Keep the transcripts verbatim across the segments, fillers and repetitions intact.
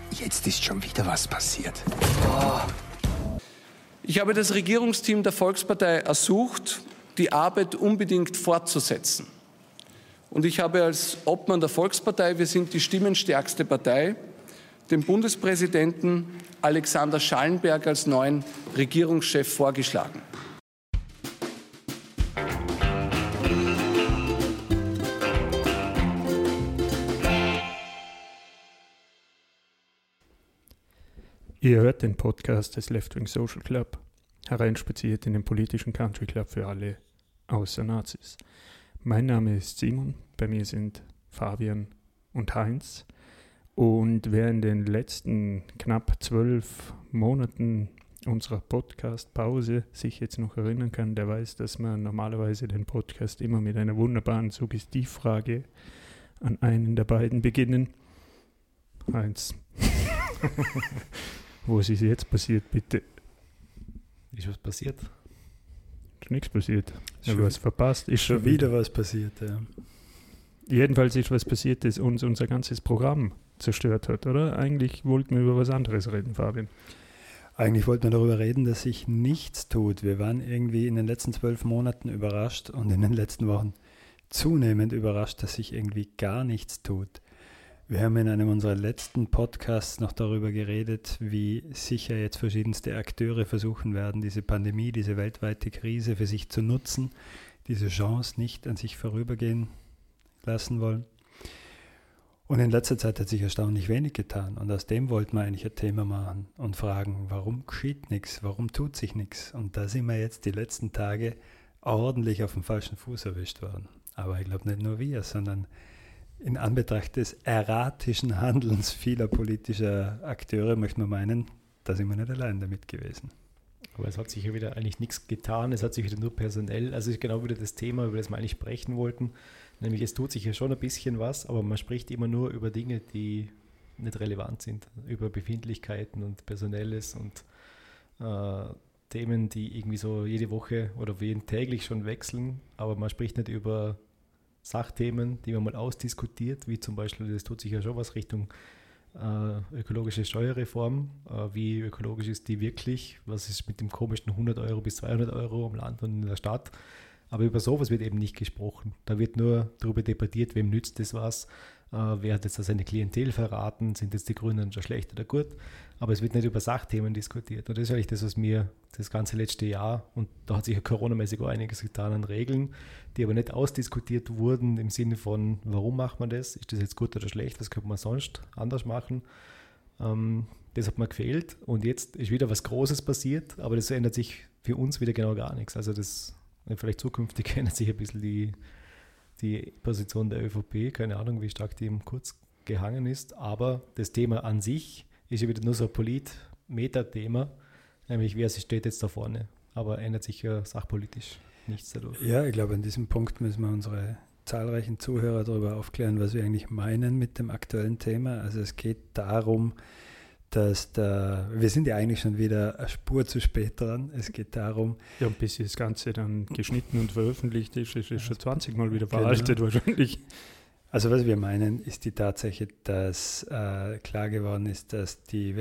Jetzt ist schon wieder was passiert. Oh. Ich habe das Regierungsteam der Volkspartei ersucht, die Arbeit unbedingt fortzusetzen. Und ich habe als Obmann der Volkspartei, wir sind die stimmenstärkste Partei, den Bundespräsidenten Alexander Schallenberg als neuen Regierungschef vorgeschlagen. Ihr hört den Podcast des Left Wing Social Club, hereinspaziert in den politischen Country Club für alle außer Nazis. Mein Name ist Simon, bei mir sind Fabian und Heinz. Und wer in den letzten knapp zwölf Monaten unserer Podcast-Pause sich jetzt noch erinnern kann, der weiß, dass wir normalerweise den Podcast immer mit einer wunderbaren Suggestivfrage an einen der beiden beginnen. Heinz. Was ist jetzt passiert, bitte? Ist was passiert? Ist nichts passiert. Ist was verpasst. Ist schon wieder, wieder was passiert, ja. Jedenfalls ist was passiert, das uns unser ganzes Programm zerstört hat, oder? Eigentlich wollten wir über was anderes reden, Fabian. Eigentlich wollten wir darüber reden, dass sich nichts tut. Wir waren irgendwie in den letzten zwölf Monaten überrascht und in den letzten Wochen zunehmend überrascht, dass sich irgendwie gar nichts tut. Wir haben in einem unserer letzten Podcasts noch darüber geredet, wie sicher jetzt verschiedenste Akteure versuchen werden, diese Pandemie, diese weltweite Krise für sich zu nutzen, diese Chance nicht an sich vorübergehen lassen wollen. Und in letzter Zeit hat sich erstaunlich wenig getan. Und aus dem wollten wir eigentlich ein Thema machen und fragen, warum geschieht nichts, warum tut sich nichts? Und da sind wir jetzt die letzten Tage ordentlich auf dem falschen Fuß erwischt worden. Aber ich glaube nicht nur wir, sondern in Anbetracht des erratischen Handelns vieler politischer Akteure möchte man meinen, da sind wir nicht allein damit gewesen. Aber es hat sich ja wieder eigentlich nichts getan, es hat sich wieder nur personell, also ist genau wieder das Thema, über das wir eigentlich sprechen wollten, nämlich es tut sich ja schon ein bisschen was, aber man spricht immer nur über Dinge, die nicht relevant sind, über Befindlichkeiten und Personelles und äh, Themen, die irgendwie so jede Woche oder jeden täglich schon wechseln, aber man spricht nicht über Sachthemen, die man mal ausdiskutiert, wie zum Beispiel, das tut sich ja schon was Richtung äh, ökologische Steuerreform, äh, wie ökologisch ist die wirklich, was ist mit dem komischen hundert Euro bis zweihundert Euro im Land und in der Stadt, aber über sowas wird eben nicht gesprochen. Da wird nur darüber debattiert, wem nützt das was, äh, wer hat jetzt da seine Klientel verraten, sind jetzt die Grünen schon schlecht oder gut, aber es wird nicht über Sachthemen diskutiert und das ist eigentlich das, was mir das ganze letzte Jahr, und da hat sich ja coronamäßig auch einiges getan an Regeln, die aber nicht ausdiskutiert wurden im Sinne von, warum macht man das, ist das jetzt gut oder schlecht, was könnte man sonst anders machen, ähm, das hat mir gefehlt und jetzt ist wieder was Großes passiert, aber das ändert sich für uns wieder genau gar nichts, also das, vielleicht zukünftig ändert sich ein bisschen die, die Position der ÖVP, keine Ahnung, wie stark die im Kurz gehangen ist, aber das Thema an sich ist ja wieder nur so ein Polit-Meta-Thema, nämlich wer steht jetzt da vorne, aber ändert sich ja sachpolitisch nichts dadurch. Ja, ich glaube, an diesem Punkt müssen wir unsere zahlreichen Zuhörer darüber aufklären, was wir eigentlich meinen mit dem aktuellen Thema. Also es geht darum, dass da, wir sind ja eigentlich schon wieder eine Spur zu spät dran. Es geht darum... Ja, und bis das Ganze dann geschnitten und veröffentlicht ist, ist es schon zwanzig Mal wieder veraltet genau. wahrscheinlich. Also was wir meinen, ist die Tatsache, dass äh, klar geworden ist, dass die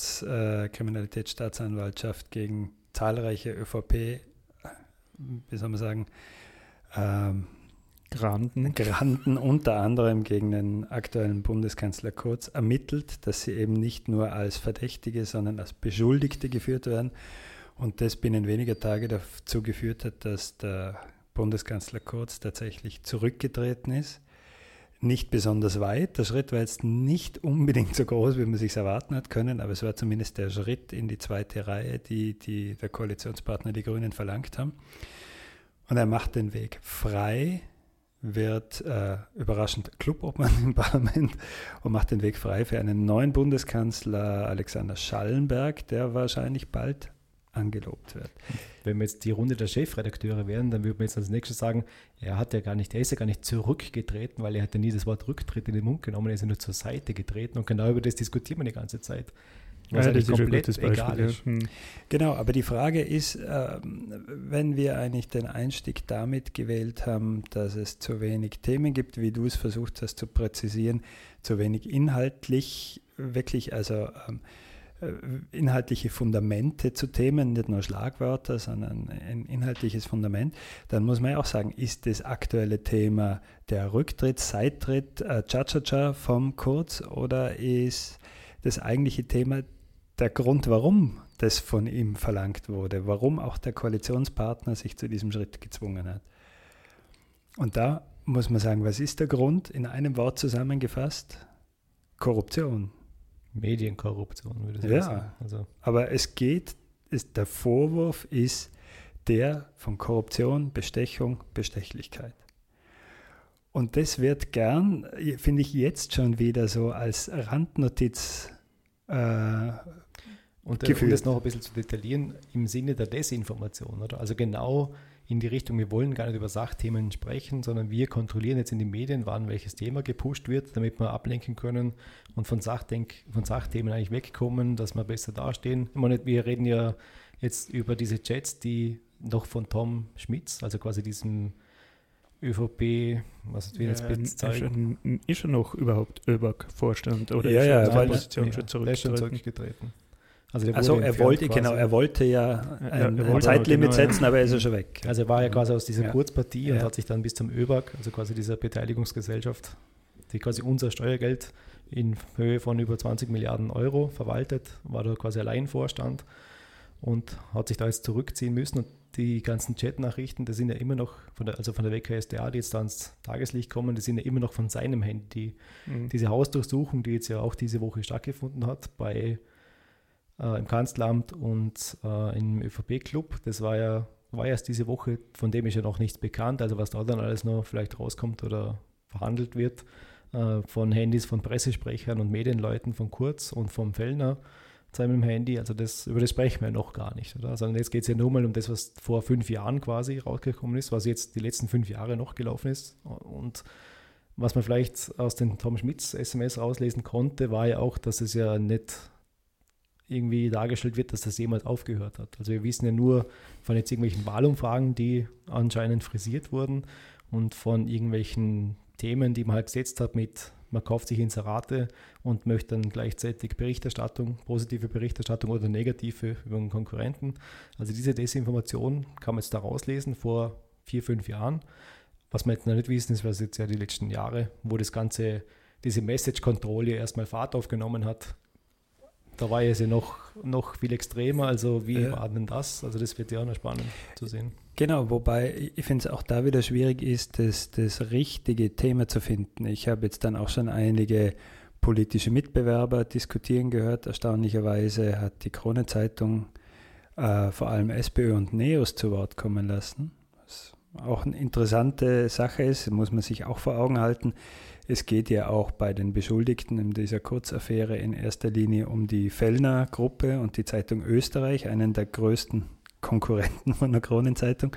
Wirtschaftskriminalitätsstaatsanwaltschaft äh, gegen zahlreiche ÖVP, äh, wie soll man sagen, ähm, Granden. Granden, unter anderem gegen den aktuellen Bundeskanzler Kurz, ermittelt, dass sie eben nicht nur als Verdächtige, sondern als Beschuldigte geführt werden. Und das binnen weniger Tage dazu geführt hat, dass der Bundeskanzler Kurz tatsächlich zurückgetreten ist. Nicht besonders weit. Der Schritt war jetzt nicht unbedingt so groß, wie man es sich erwarten hat können, aber es war zumindest der Schritt in die zweite Reihe, die, die der Koalitionspartner, die Grünen, verlangt haben. Und er macht den Weg frei, wird äh, überraschend Clubobmann im Parlament und macht den Weg frei für einen neuen Bundeskanzler, Alexander Schallenberg, der wahrscheinlich bald angelobt wird. Wenn wir jetzt die Runde der Chefredakteure wären, dann würde man jetzt als nächstes sagen, er hat ja gar nicht, er ist ja gar nicht zurückgetreten, weil er hat ja nie das Wort Rücktritt in den Mund genommen, er ist ja nur zur Seite getreten und genau über das diskutieren wir die ganze Zeit. Was ja, das ist komplett ein gutes egal ist. Hm. Genau, aber die Frage ist, äh, wenn wir eigentlich den Einstieg damit gewählt haben, dass es zu wenig Themen gibt, wie du es versucht hast zu präzisieren, zu wenig inhaltlich wirklich also ähm, inhaltliche Fundamente zu Themen, nicht nur Schlagwörter, sondern ein inhaltliches Fundament, dann muss man ja auch sagen, ist das aktuelle Thema der Rücktritt, Seittritt, äh, Cha-Cha-Cha vom Kurz oder ist das eigentliche Thema der Grund, warum das von ihm verlangt wurde, warum auch der Koalitionspartner sich zu diesem Schritt gezwungen hat. Und da muss man sagen, was ist der Grund? In einem Wort zusammengefasst, Korruption. Medienkorruption, würde ich ja, sagen. Also. Aber es geht, ist, der Vorwurf ist der von Korruption, Bestechung, Bestechlichkeit. Und das wird gern, finde ich jetzt schon wieder so als Randnotiz äh, und, geführt. Um das noch ein bisschen zu detaillieren, im Sinne der Desinformation, oder? Also genau in die Richtung, wir wollen gar nicht über Sachthemen sprechen, sondern wir kontrollieren jetzt in den Medien, wann welches Thema gepusht wird, damit wir ablenken können und von, Sachdenk, von Sachthemen eigentlich wegkommen, dass wir besser dastehen. Ich meine, wir reden ja jetzt über diese Chats, die noch von Tom Schmitz, also quasi diesem ÖVP, was wir jetzt ja, zeigen. Ist, ist er noch überhaupt ÖBAG-Vorstand oder ja, ist ja, er weil, Position ja, schon der ist schon zurückgetreten? zurückgetreten. Also, der also wurde er wollte, quasi. genau, er wollte ja ein, er wollte ein Zeitlimit genau, setzen, ja. aber er ist ja schon weg. Also er war ja quasi aus dieser Ja. Kurzpartie und Ja. hat sich dann bis zum ÖBAG, also quasi dieser Beteiligungsgesellschaft, die quasi unser Steuergeld in Höhe von über zwanzig Milliarden Euro verwaltet, war da quasi Alleinvorstand und hat sich da jetzt zurückziehen müssen. Und die ganzen Chatnachrichten, die sind ja immer noch, von der, also von der W K S d A, die jetzt da ans Tageslicht kommen, die sind ja immer noch von seinem Handy. Mhm. Diese Hausdurchsuchung, die jetzt ja auch diese Woche stattgefunden hat, bei äh, im Kanzleramt und äh, im ÖVP-Club, das war ja war erst diese Woche, von dem ist ja noch nichts bekannt, also was da dann alles noch vielleicht rauskommt oder verhandelt wird, äh, von Handys von Pressesprechern und Medienleuten von Kurz und vom Fellner seinem Handy, also das, über das sprechen wir noch gar nicht, oder? Sondern jetzt geht es ja nur mal um das, was vor fünf Jahren quasi rausgekommen ist, was jetzt die letzten fünf Jahre noch gelaufen ist. Und was man vielleicht aus den Tom Schmitz S M S rauslesen konnte, war ja auch, dass es ja nicht irgendwie dargestellt wird, dass das jemals aufgehört hat. Also wir wissen ja nur von jetzt irgendwelchen Wahlumfragen, die anscheinend frisiert wurden und von irgendwelchen Themen, die man halt gesetzt hat mit, man kauft sich Inserate und möchte dann gleichzeitig Berichterstattung, positive Berichterstattung oder negative über einen Konkurrenten. Also diese Desinformation kann man jetzt da rauslesen vor vier, fünf Jahren. Was wir jetzt noch nicht wissen, ist, was jetzt ja die letzten Jahre, wo das Ganze, diese Message-Control erstmal Fahrt aufgenommen hat. Da war es ja noch, noch viel extremer, also wie ja. war denn das? Also das wird ja auch noch spannend zu sehen. Genau, wobei ich finde es auch da wieder schwierig ist, das, das richtige Thema zu finden. Ich habe jetzt dann auch schon einige politische Mitbewerber diskutieren gehört. Erstaunlicherweise hat die Krone-Zeitung äh, vor allem SPÖ und NEOS zu Wort kommen lassen, was auch eine interessante Sache ist, muss man sich auch vor Augen halten. Es geht ja auch bei den Beschuldigten in dieser Kurzaffäre in erster Linie um die Fellner-Gruppe und die Zeitung Österreich, einen der größten Konkurrenten von der Kronenzeitung.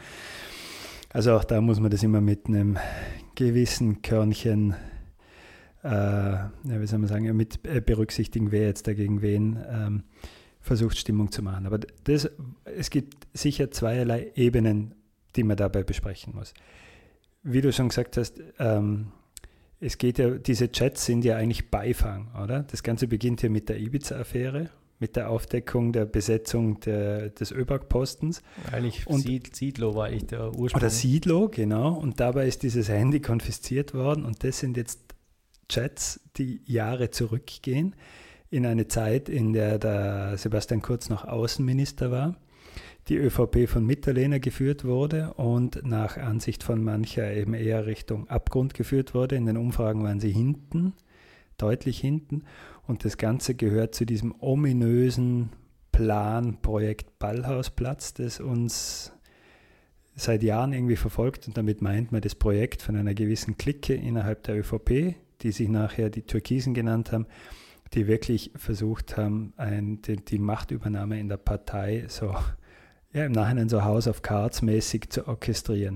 Also auch da muss man das immer mit einem gewissen Körnchen, äh, ja, wie soll man sagen, mit berücksichtigen, wer jetzt dagegen wen ähm, versucht, Stimmung zu machen. Aber das, es gibt sicher zweierlei Ebenen, die man dabei besprechen muss. Wie du schon gesagt hast, ähm, es geht ja, diese Chats sind ja eigentlich Beifang, oder? Das Ganze beginnt ja mit der Ibiza-Affäre, mit der Aufdeckung der Besetzung der, des ÖBAG-Postens. Eigentlich und, Siedlow war eigentlich der Ursprung. Oder Siedlow, genau. Und dabei ist dieses Handy konfisziert worden und das sind jetzt Chats, die Jahre zurückgehen, in eine Zeit, in der der Sebastian Kurz noch Außenminister war, die ÖVP von Mitterlehner geführt wurde und nach Ansicht von mancher eben eher Richtung Abgrund geführt wurde. In den Umfragen waren sie hinten, deutlich hinten. Und das Ganze gehört zu diesem ominösen Plan, Projekt Ballhausplatz, das uns seit Jahren irgendwie verfolgt. Und damit meint man das Projekt von einer gewissen Clique innerhalb der ÖVP, die sich nachher die Türkisen genannt haben, die wirklich versucht haben, ein, die, die Machtübernahme in der Partei so ja, im Nachhinein so House of Cards mäßig zu orchestrieren.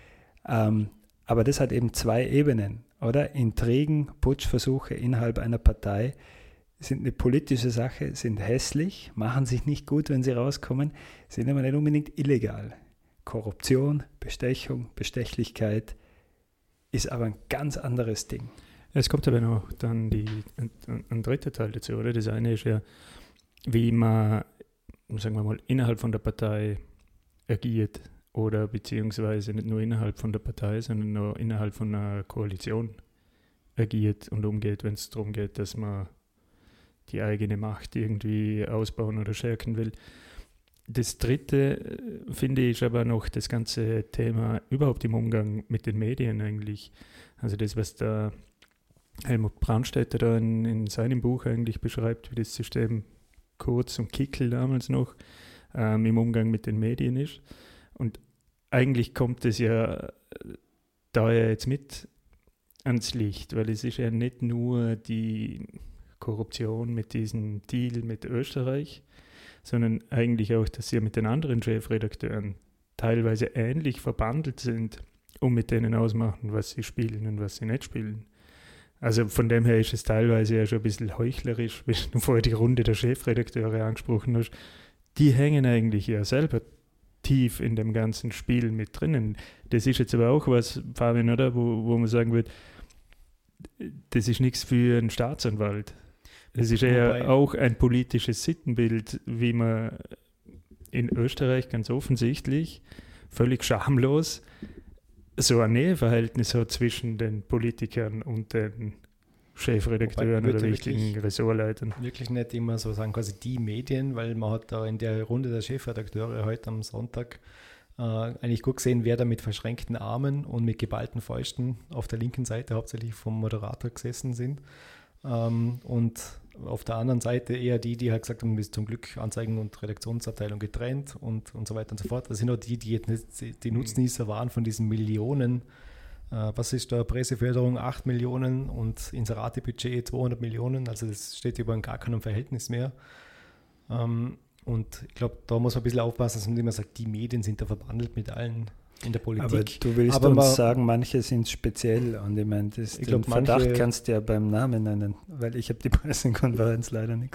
Ähm, aber das hat eben zwei Ebenen, oder? Intrigen, Putschversuche innerhalb einer Partei sind eine politische Sache, sind hässlich, machen sich nicht gut, wenn sie rauskommen, sind aber nicht unbedingt illegal. Korruption, Bestechung, Bestechlichkeit ist aber ein ganz anderes Ding. Es kommt aber noch dann die, ein, ein dritter Teil dazu, oder? Das eine ist ja, wie man, sagen wir mal, innerhalb von der Partei agiert oder beziehungsweise nicht nur innerhalb von der Partei, sondern auch innerhalb von einer Koalition agiert und umgeht, wenn es darum geht, dass man die eigene Macht irgendwie ausbauen oder stärken will. Das dritte, finde ich, ist aber noch das ganze Thema überhaupt im Umgang mit den Medien eigentlich. Also das, was der Helmut Brandstätter da in, in seinem Buch eigentlich beschreibt, wie das System Kurz und Kickl damals noch ähm, im Umgang mit den Medien ist. Und eigentlich kommt es ja da ja jetzt mit ans Licht, weil es ist ja nicht nur die Korruption mit diesem Deal mit Österreich, sondern eigentlich auch, dass sie mit den anderen Chefredakteuren teilweise ähnlich verbandelt sind und mit denen ausmachen, was sie spielen und was sie nicht spielen. Also von dem her ist es teilweise ja schon ein bisschen heuchlerisch, wie du vorher die Runde der Chefredakteure angesprochen hast. Die hängen eigentlich ja selber tief in dem ganzen Spiel mit drinnen. Das ist jetzt aber auch was, Fabian, oder, wo, wo man sagen würde, das ist nichts für einen Staatsanwalt. Das ist eher Wobei, auch ein politisches Sittenbild, wie man in Österreich ganz offensichtlich, völlig schamlos, so ein Näheverhältnis hat zwischen den Politikern und den Chefredakteuren oder wichtigen Ressortleitern. Wirklich nicht immer so sagen, quasi die Medien, weil man hat da in der Runde der Chefredakteure heute am Sonntag äh, eigentlich gut gesehen, wer da mit verschränkten Armen und mit geballten Fäusten auf der linken Seite hauptsächlich vom Moderator gesessen sind. Ähm, und auf der anderen Seite eher die, die halt gesagt haben, bis zum Glück Anzeigen- und Redaktionsabteilung getrennt und, und so weiter und so fort. Das sind auch die, die jetzt die Nutznießer waren von diesen Millionen. Äh, was ist da? Presseförderung acht Millionen und Inseratebudget zweihundert Millionen. Also das steht über gar keinem Verhältnis mehr. Ähm, und ich glaube, da muss man ein bisschen aufpassen, dass man immer sagt, die Medien sind da verbandelt mit allen in der Politik. Aber du willst Aber uns man, sagen, manche sind speziell und ich meine, das, ich den glaub, Verdacht manche, kannst du ja beim Namen nennen, weil ich habe die Pressekonferenz leider nicht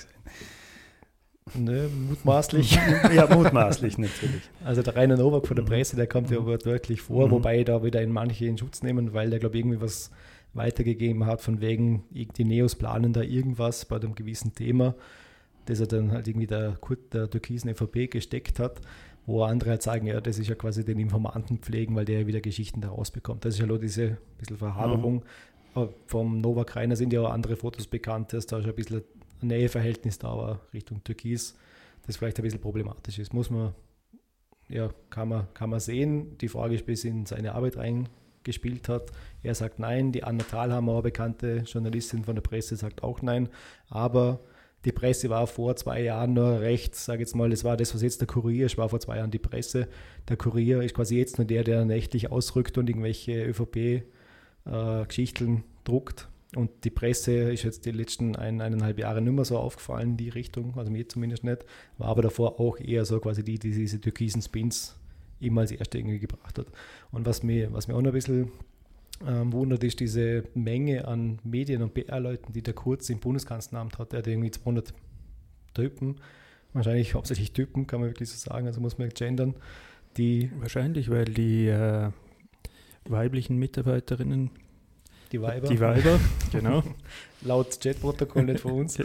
gesehen. Ne, mutmaßlich. Ja, mutmaßlich natürlich. Also der Rainer Nowak von der Presse, der kommt ja aber wirklich vor, Mhm. wobei da wieder in manche in Schutz nehmen, weil der, glaube ich, irgendwie was weitergegeben hat, von wegen, die Neos planen da irgendwas bei einem gewissen Thema, das er dann halt irgendwie der, der türkisen F V P gesteckt hat, wo andere halt sagen, ja, das ist ja quasi den Informanten pflegen, weil der ja wieder Geschichten da rausbekommt. Das ist ja nur diese bisschen Verhaberung. Mhm. Vom Novak Rainer sind ja auch andere Fotos bekannt, dass da schon ein bisschen ein Näheverhältnis da war Richtung Türkis, das vielleicht ein bisschen problematisch ist. Muss man, ja, kann man, kann man sehen. Die Frage ist, bis in seine Arbeit reingespielt hat. Er sagt nein, die Anna Thalhammer, bekannte Journalistin von der Presse, sagt auch nein, aber die Presse war vor zwei Jahren nur recht, sage jetzt mal, das war das, was jetzt der Kurier ist, war vor zwei Jahren die Presse. Der Kurier ist quasi jetzt nur der, der nächtlich ausrückt und irgendwelche ÖVP-Geschichten äh, druckt. Und die Presse ist jetzt die letzten ein, eineinhalb Jahre nicht mehr so aufgefallen in die Richtung, also mir zumindest nicht, war aber davor auch eher so quasi die, die diese türkisen Spins immer als erste irgendwie gebracht hat. Und was mir, was mir auch noch ein bisschen Ähm, wundert, ist diese Menge an Medien- und P R-Leuten, die der Kurz im Bundeskanzleramt hat. Der hat irgendwie zweihundert Typen, wahrscheinlich hauptsächlich Typen, kann man wirklich so sagen, also muss man gendern. Die Wahrscheinlich, weil die äh, weiblichen Mitarbeiterinnen, die Weiber, die Weiber, genau, laut Chatprotokoll nicht von uns.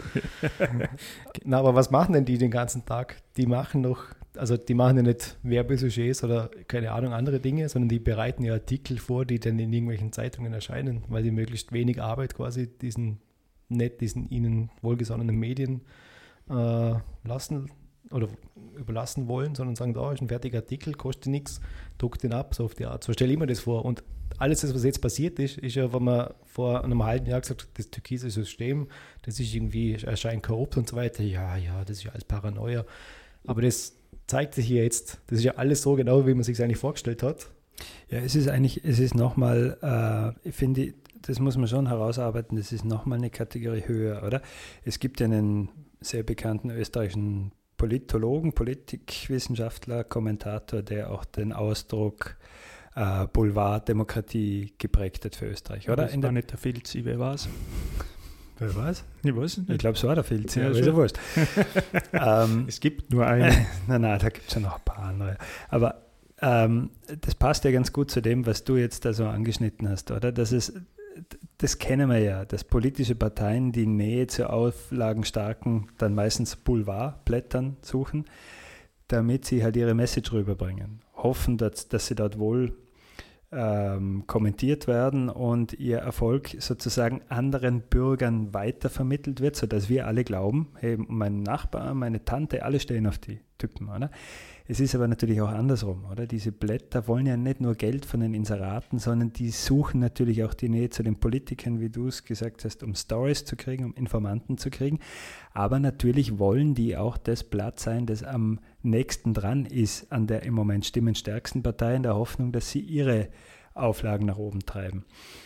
Na, aber was machen denn die den ganzen Tag? Die machen noch, also die machen ja nicht Werbesujets oder keine Ahnung, andere Dinge, sondern die bereiten ja Artikel vor, die dann in irgendwelchen Zeitungen erscheinen, weil die möglichst wenig Arbeit quasi diesen nicht diesen ihnen wohlgesonnenen Medien äh, lassen oder überlassen wollen, sondern sagen, da ist ein fertiger Artikel, kostet nichts, druckt den ab, so auf die Art. So stelle ich mir das vor. Und alles das, was jetzt passiert ist, ist ja, wenn man vor einem halben Jahr gesagt hat, das türkise System, das ist irgendwie, erscheint korrupt und so weiter. Ja, ja, das ist ja alles Paranoia. Aber das zeigt sich hier jetzt, das ist ja alles so genau, wie man sich eigentlich vorgestellt hat. Ja, es ist eigentlich, es ist nochmal, äh, ich finde, das muss man schon herausarbeiten, das ist nochmal eine Kategorie höher, oder? Es gibt ja einen sehr bekannten österreichischen Politologen, Politikwissenschaftler, Kommentator, der auch den Ausdruck äh, Boulevarddemokratie geprägt hat für Österreich, oder? Das In war der, nicht der Filzi, wer war es? wer war's? Ich weiß es nicht. Ich glaube, es war der Filz, Ja, ja, schon. ist ja wurscht. ähm, Es gibt nur einen. nein, nein, da gibt es ja noch ein paar andere. Aber ähm, das passt ja ganz gut zu dem, was du jetzt da so angeschnitten hast, oder? Dass es das kennen wir ja, dass politische Parteien die Nähe zu auflagenstarken, dann meistens Boulevardblättern suchen, damit sie halt ihre Message rüberbringen. Hoffen, dass, dass sie dort wohl ähm, kommentiert werden und ihr Erfolg sozusagen anderen Bürgern weitervermittelt wird, sodass wir alle glauben, hey, mein Nachbar, meine Tante, alle stehen auf die Typen, oder? Es ist aber natürlich auch andersrum, oder? Diese Blätter wollen ja nicht nur Geld von den Inseraten, sondern die suchen natürlich auch die Nähe zu den Politikern, wie du es gesagt hast, um Stories zu kriegen, um Informanten zu kriegen. Aber natürlich wollen die auch das Blatt sein, das am nächsten dran ist an der im Moment stimmenstärksten Partei, in der Hoffnung, dass sie ihre Auflagen nach oben treiben.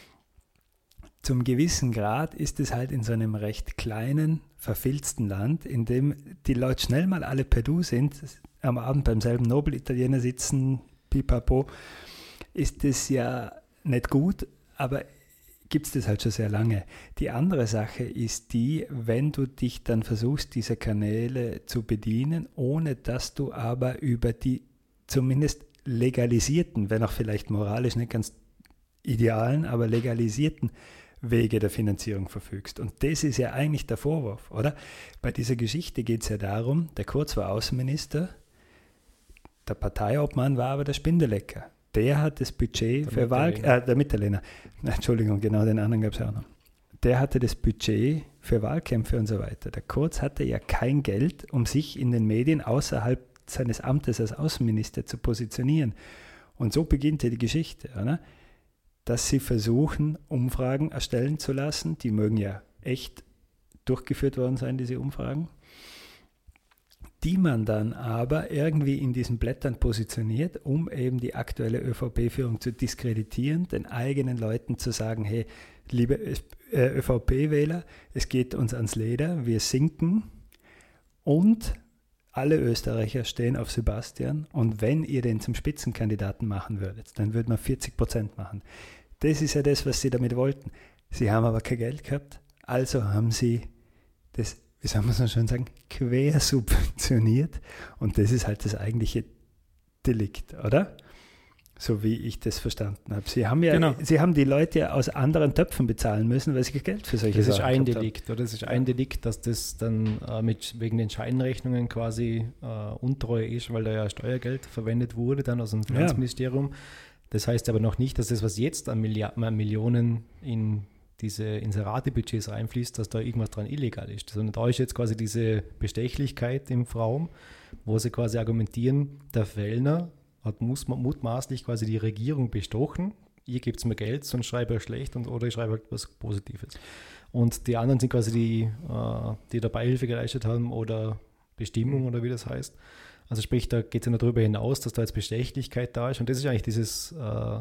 Zum gewissen Grad ist es halt in so einem recht kleinen, verfilzten Land, in dem die Leute schnell mal alle per Du sind, am Abend beim selben Nobel-Italiener sitzen, pipapo, ist das ja nicht gut, aber gibt es das halt schon sehr lange. Die andere Sache ist die, wenn du dich dann versuchst, diese Kanäle zu bedienen, ohne dass du aber über die zumindest legalisierten, wenn auch vielleicht moralisch nicht ganz idealen, aber legalisierten Wege der Finanzierung verfügst. Und das ist ja eigentlich der Vorwurf, oder? Bei dieser Geschichte geht es ja darum, der Kurz war Außenminister, der Parteiobmann war aber der Spindelecker. Der hat das Budget der für Wahl... Äh, der Mitterlehner. Entschuldigung, genau, den anderen gab es auch noch. Der hatte das Budget für Wahlkämpfe und so weiter. Der Kurz hatte ja kein Geld, um sich in den Medien außerhalb seines Amtes als Außenminister zu positionieren. Und so beginnt ja die Geschichte, oder? Dass sie versuchen, Umfragen erstellen zu lassen. Die mögen ja echt durchgeführt worden sein, diese Umfragen. Die man dann aber irgendwie in diesen Blättern positioniert, um eben die aktuelle ÖVP-Führung zu diskreditieren, den eigenen Leuten zu sagen, hey, liebe ÖVP-Wähler, es geht uns ans Leder, wir sinken und alle Österreicher stehen auf Sebastian und wenn ihr den zum Spitzenkandidaten machen würdet, dann würde man vierzig Prozent machen. Das ist ja das, was sie damit wollten. Sie haben aber kein Geld gehabt, also haben sie das, wie soll man so schön sagen, quersubventioniert und das ist halt das eigentliche Delikt, oder? So wie ich das verstanden habe. Sie haben ja, genau. Sie haben die Leute ja aus anderen Töpfen bezahlen müssen, weil sie Geld für solche das Sachen haben. Das ist ein Delikt, oder? Das ist ein Delikt, dass das dann äh, mit, wegen den Scheinrechnungen quasi äh, Untreue ist, weil da ja Steuergeld verwendet wurde, dann aus dem Finanzministerium. Ja. Das heißt aber noch nicht, dass das, was jetzt an, Milliard- an Millionen in diese Inserate-Budgets reinfließt, dass da irgendwas dran illegal ist. Sondern da ist jetzt quasi diese Bestechlichkeit im Raum, wo sie quasi argumentieren, der Fellner hat mutmaßlich quasi die Regierung bestochen. Ihr gebt mir Geld, sonst schreibe ich schlecht und, oder ich schreibe halt was Positives. Und die anderen sind quasi die, äh, die da Beihilfe geleistet haben oder Bestimmung oder wie das heißt. Also sprich, da geht es ja noch darüber hinaus, dass da jetzt Bestechlichkeit da ist. Und das ist eigentlich dieses äh,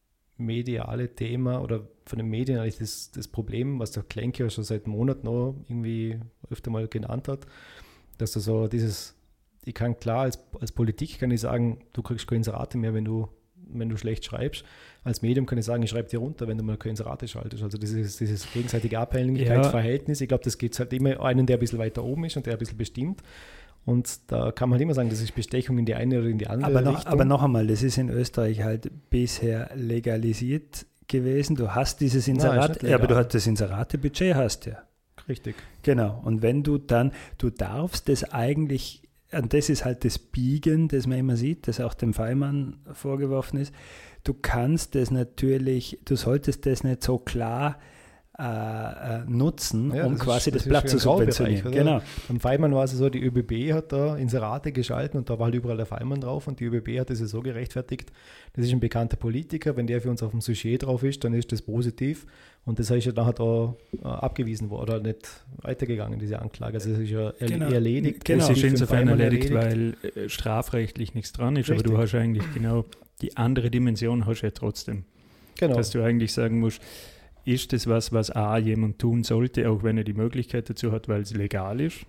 mediale Thema oder von den Medien eigentlich das, das Problem, was der Klenk ja schon seit Monaten noch irgendwie öfter mal genannt hat, dass da so dieses, ich kann klar, als, als Politik kann ich sagen, du kriegst keine Inserate mehr, wenn du, wenn du schlecht schreibst. Als Medium kann ich sagen, ich schreibe dir runter, wenn du mal keine Inserate schaltest. Also dieses, dieses gegenseitige Abhängigkeitsverhältnis, ja. Ich glaube, das geht halt immer einen, der ein bisschen weiter oben ist und der ein bisschen bestimmt. Und da kann man halt immer sagen, das ist Bestechung in die eine oder in die andere aber noch, Richtung. Aber noch einmal, das ist in Österreich halt bisher legalisiert gewesen. Du hast dieses Inserat, ja, aber du hast das Inserate-Budget, hast ja. Richtig. Genau. Und wenn du dann, du darfst das eigentlich, und das ist halt das Biegen, das man immer sieht, das auch dem Feimann vorgeworfen ist, du kannst das natürlich, du solltest das nicht so klar äh, nutzen, ja, um das quasi ist, das, das Blatt zu subventionieren. Genau. Beim Feimann war es so, die ÖBB hat da Inserate geschalten und da war halt überall der Feimann drauf und die ÖBB hat das ja so gerechtfertigt, das ist ein bekannter Politiker, wenn der für uns auf dem Sujet drauf ist, dann ist das positiv und das ist ja nachher da äh, abgewiesen worden oder nicht weitergegangen, diese Anklage. Also das ist ja genau. erledigt. Genau. Es ist insofern erledigt, erledigt, weil äh, strafrechtlich nichts dran ist, richtig. Aber du hast eigentlich genau die andere Dimension hast du ja trotzdem. Genau. Dass du eigentlich sagen musst, ist das was, was A, jemand tun sollte, auch wenn er die Möglichkeit dazu hat, weil es legal ist?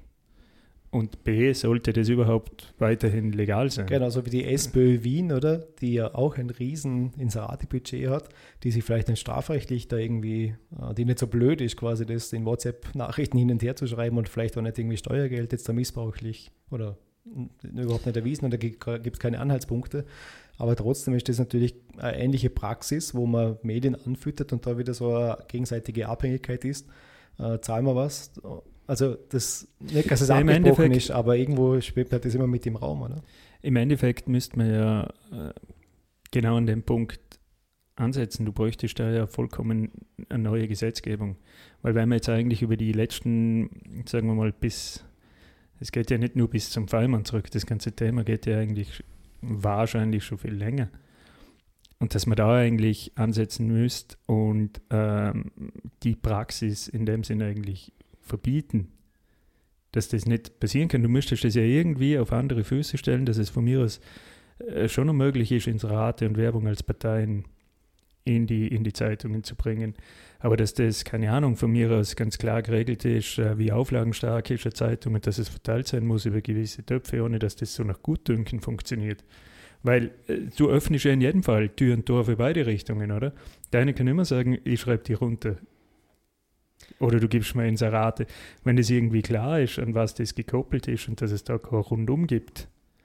Und B, sollte das überhaupt weiterhin legal sein? Genau, so wie die SPÖ Wien, oder? Die ja auch ein riesen Inserate-Budget hat, die sich vielleicht dann strafrechtlich da irgendwie, die nicht so blöd ist, quasi das in WhatsApp-Nachrichten hin und her zu schreiben und vielleicht auch nicht irgendwie Steuergeld jetzt da missbräuchlich oder überhaupt nicht erwiesen und da gibt es keine Anhaltspunkte. Aber trotzdem ist das natürlich eine ähnliche Praxis, wo man Medien anfüttert und da wieder so eine gegenseitige Abhängigkeit ist. Äh, zahlen wir was? Also das, nicht, dass es ja, abgesprochen ist, aber irgendwo schwebt halt das immer mit im Raum, oder? Im Endeffekt müsste man ja äh, genau an dem Punkt ansetzen. Du bräuchtest da ja vollkommen eine neue Gesetzgebung. Weil wenn wir jetzt eigentlich über die letzten, sagen wir mal, bis, es geht ja nicht nur bis zum Fallmann zurück, das ganze Thema geht ja eigentlich wahrscheinlich schon viel länger. Und dass man da eigentlich ansetzen müsste und ähm, die Praxis in dem Sinne eigentlich verbieten, dass das nicht passieren kann. Du müsstest das ja irgendwie auf andere Füße stellen, dass es von mir aus äh, schon noch möglich ist, Inserate und Werbung als Parteien in die, in die Zeitungen zu bringen. Aber dass das, keine Ahnung, von mir aus ganz klar geregelt ist, äh, wie auflagenstark ist eine Zeitung und dass es verteilt sein muss über gewisse Töpfe, ohne dass das so nach Gutdünken funktioniert. Weil äh, du öffnest ja in jedem Fall Tür und Tor für beide Richtungen, oder? Der eine kann immer sagen, ich schreibe die runter. Oder du gibst mir Inserate. Wenn das irgendwie klar ist, an was das gekoppelt ist und dass es da kein Rundum gibt.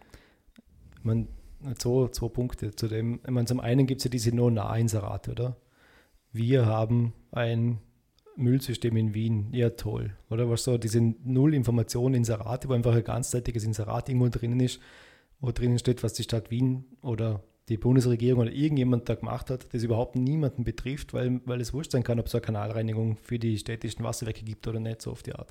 Man, so, zwei Punkte zu dem. Ich meine, zum einen gibt es ja diese No-Nah-Inserate, oder? Wir haben ein Müllsystem in Wien, ja toll, oder? Was so diese Null-Informationen-Inserate, wo einfach ein ganzseitiges Inserat irgendwo drinnen ist, wo drinnen steht, was die Stadt Wien oder die Bundesregierung oder irgendjemand da gemacht hat, das überhaupt niemanden betrifft, weil, weil es wurscht sein kann, ob es eine Kanalreinigung für die städtischen Wasserwerke gibt oder nicht, so auf die Art.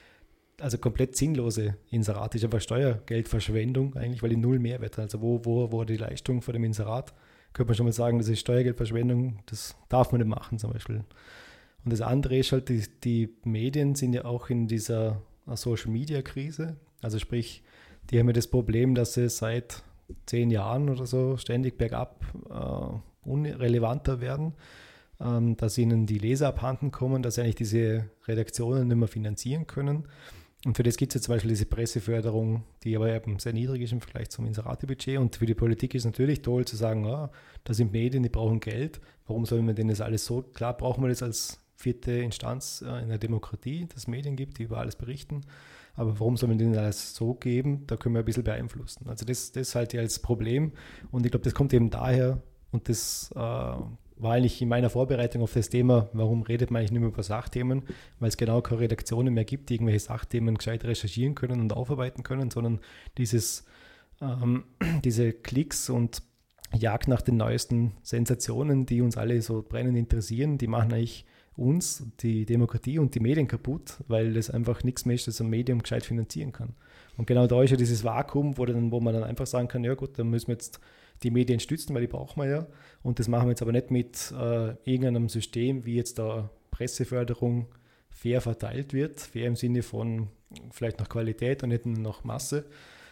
Also komplett sinnlose Inserate, ist einfach Steuergeldverschwendung eigentlich, weil die null Mehrwert hat. Also wo, wo, wo die Leistung von dem Inserat, könnte man schon mal sagen, das ist Steuergeldverschwendung, das darf man nicht machen zum Beispiel. Und das andere ist halt, die, die Medien sind ja auch in dieser Social-Media-Krise, also sprich, die haben ja das Problem, dass sie seit zehn Jahren oder so ständig bergab äh, unrelevanter werden, ähm, dass ihnen die Leser abhanden kommen, dass sie eigentlich diese Redaktionen nicht mehr finanzieren können. Und für das gibt es ja zum Beispiel diese Presseförderung, die aber eben sehr niedrig ist im Vergleich zum Inseratebudget. Und für die Politik ist es natürlich toll zu sagen, ah, da sind Medien, die brauchen Geld. Warum soll man denn das alles so? Klar brauchen wir das als vierte Instanz äh, in der Demokratie, dass es Medien gibt, die über alles berichten. Aber warum soll man denen das so geben? Da können wir ein bisschen beeinflussen. Also das, das halte ich als Problem. Und ich glaube, das kommt eben daher, und das äh, war eigentlich in meiner Vorbereitung auf das Thema, warum redet man eigentlich nicht mehr über Sachthemen, weil es genau keine Redaktionen mehr gibt, die irgendwelche Sachthemen gescheit recherchieren können und aufarbeiten können, sondern dieses, ähm, diese Klicks und Jagd nach den neuesten Sensationen, die uns alle so brennend interessieren, die machen eigentlich uns, die Demokratie und die Medien kaputt, weil das einfach nichts mehr ist, das ein Medium gescheit finanzieren kann. Und genau da ist ja dieses Vakuum, wo, dann, wo man dann einfach sagen kann, ja gut, dann müssen wir jetzt die Medien stützen, weil die brauchen wir ja. Und das machen wir jetzt aber nicht mit äh, irgendeinem System, wie jetzt da Presseförderung fair verteilt wird, fair im Sinne von vielleicht nach Qualität und nicht nur nach Masse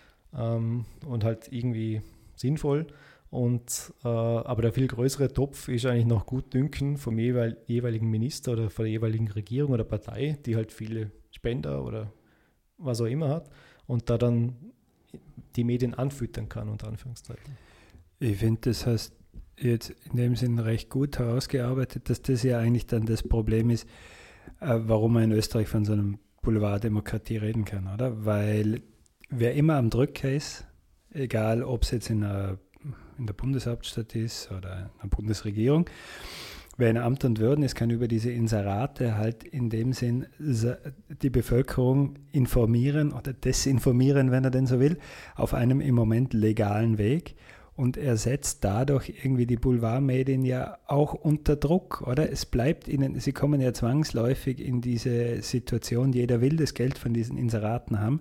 ähm, und halt irgendwie sinnvoll. Und, äh, aber der viel größere Topf ist eigentlich noch Gutdünken vom jeweil, jeweiligen Minister oder von der jeweiligen Regierung oder Partei, die halt viele Spender oder was auch immer hat und da dann die Medien anfüttern kann, unter Anführungszeichen. Ich finde, das hast jetzt in dem Sinn recht gut herausgearbeitet, dass das ja eigentlich dann das Problem ist, äh, warum man in Österreich von so einer Boulevarddemokratie reden kann, oder? Weil wer immer am Drücker ist, egal ob es jetzt in einer in der Bundeshauptstadt ist oder in der Bundesregierung, wer in Amt und Würden ist, kann über diese Inserate halt in dem Sinn die Bevölkerung informieren oder desinformieren, wenn er denn so will, auf einem im Moment legalen Weg. Und er setzt dadurch irgendwie die Boulevardmedien ja auch unter Druck, oder? Es bleibt ihnen, sie kommen ja zwangsläufig in diese Situation, jeder will das Geld von diesen Inseraten haben.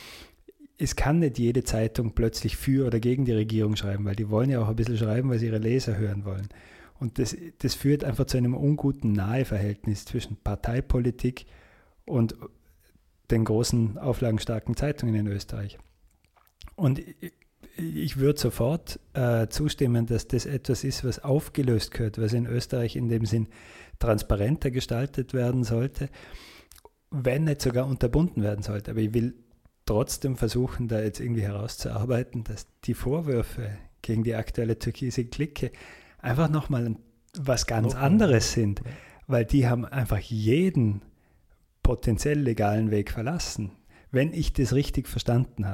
Es kann nicht jede Zeitung plötzlich für oder gegen die Regierung schreiben, weil die wollen ja auch ein bisschen schreiben, weil sie ihre Leser hören wollen. Und das, das führt einfach zu einem unguten Naheverhältnis zwischen Parteipolitik und den großen auflagenstarken Zeitungen in Österreich. Und ich, ich würde sofort äh, zustimmen, dass das etwas ist, was aufgelöst gehört, was in Österreich in dem Sinn transparenter gestaltet werden sollte, wenn nicht sogar unterbunden werden sollte. Aber ich will trotzdem versuchen, da jetzt irgendwie herauszuarbeiten, dass die Vorwürfe gegen die aktuelle türkise Clique einfach nochmal was ganz okay. anderes sind, weil die haben einfach jeden potenziell legalen Weg verlassen. Wenn ich das richtig verstanden habe,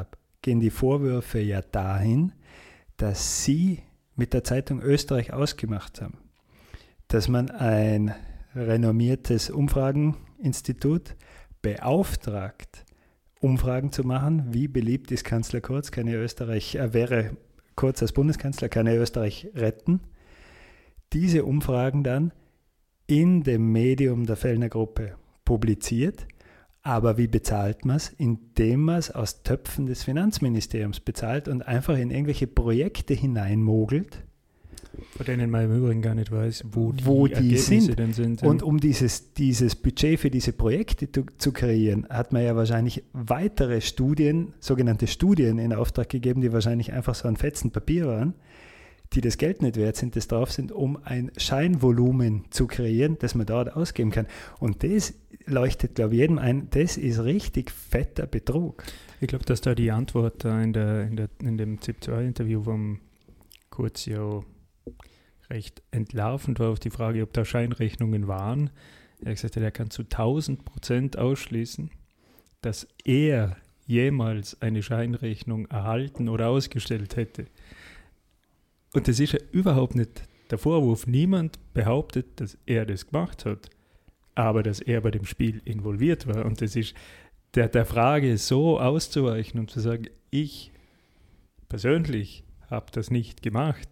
gehen die Vorwürfe ja dahin, dass Sie mit der Zeitung Österreich ausgemacht haben, dass man ein renommiertes Umfrageninstitut beauftragt, Umfragen zu machen, wie beliebt ist Kanzler Kurz, kann er Österreich, er wäre Kurz als Bundeskanzler, kann er Österreich retten. Diese Umfragen dann in dem Medium der Fellner Gruppe publiziert. Aber wie bezahlt man es? Indem man es aus Töpfen des Finanzministeriums bezahlt und einfach in irgendwelche Projekte hineinmogelt. Von denen man im Übrigen gar nicht weiß, wo die, wo die Ergebnisse sind. denn sind. Und um dieses, dieses Budget für diese Projekte zu, zu kreieren, hat man ja wahrscheinlich weitere Studien, sogenannte Studien in Auftrag gegeben, die wahrscheinlich einfach so ein Fetzen Papier waren, die das Geld nicht wert sind, das drauf sind, um ein Scheinvolumen zu kreieren, das man dort ausgeben kann. Und das leuchtet, glaube ich, jedem ein, das ist richtig fetter Betrug. Ich glaube, dass da die Antwort da in, der, in, der, in dem ZIP zwei Interview vom Kurz ja recht entlarvend war auf die Frage, ob da Scheinrechnungen waren. Er hat gesagt, er kann zu tausend Prozent ausschließen, dass er jemals eine Scheinrechnung erhalten oder ausgestellt hätte. Und das ist ja überhaupt nicht der Vorwurf. Niemand behauptet, dass er das gemacht hat, aber dass er bei dem Spiel involviert war. Und das ist der, der Frage so auszuweichen und zu sagen, ich persönlich habe das nicht gemacht,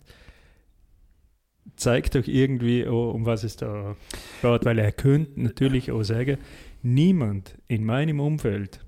zeigt doch irgendwie, oh, um was es da geht, weil er könnte natürlich auch sagen, niemand in meinem Umfeld,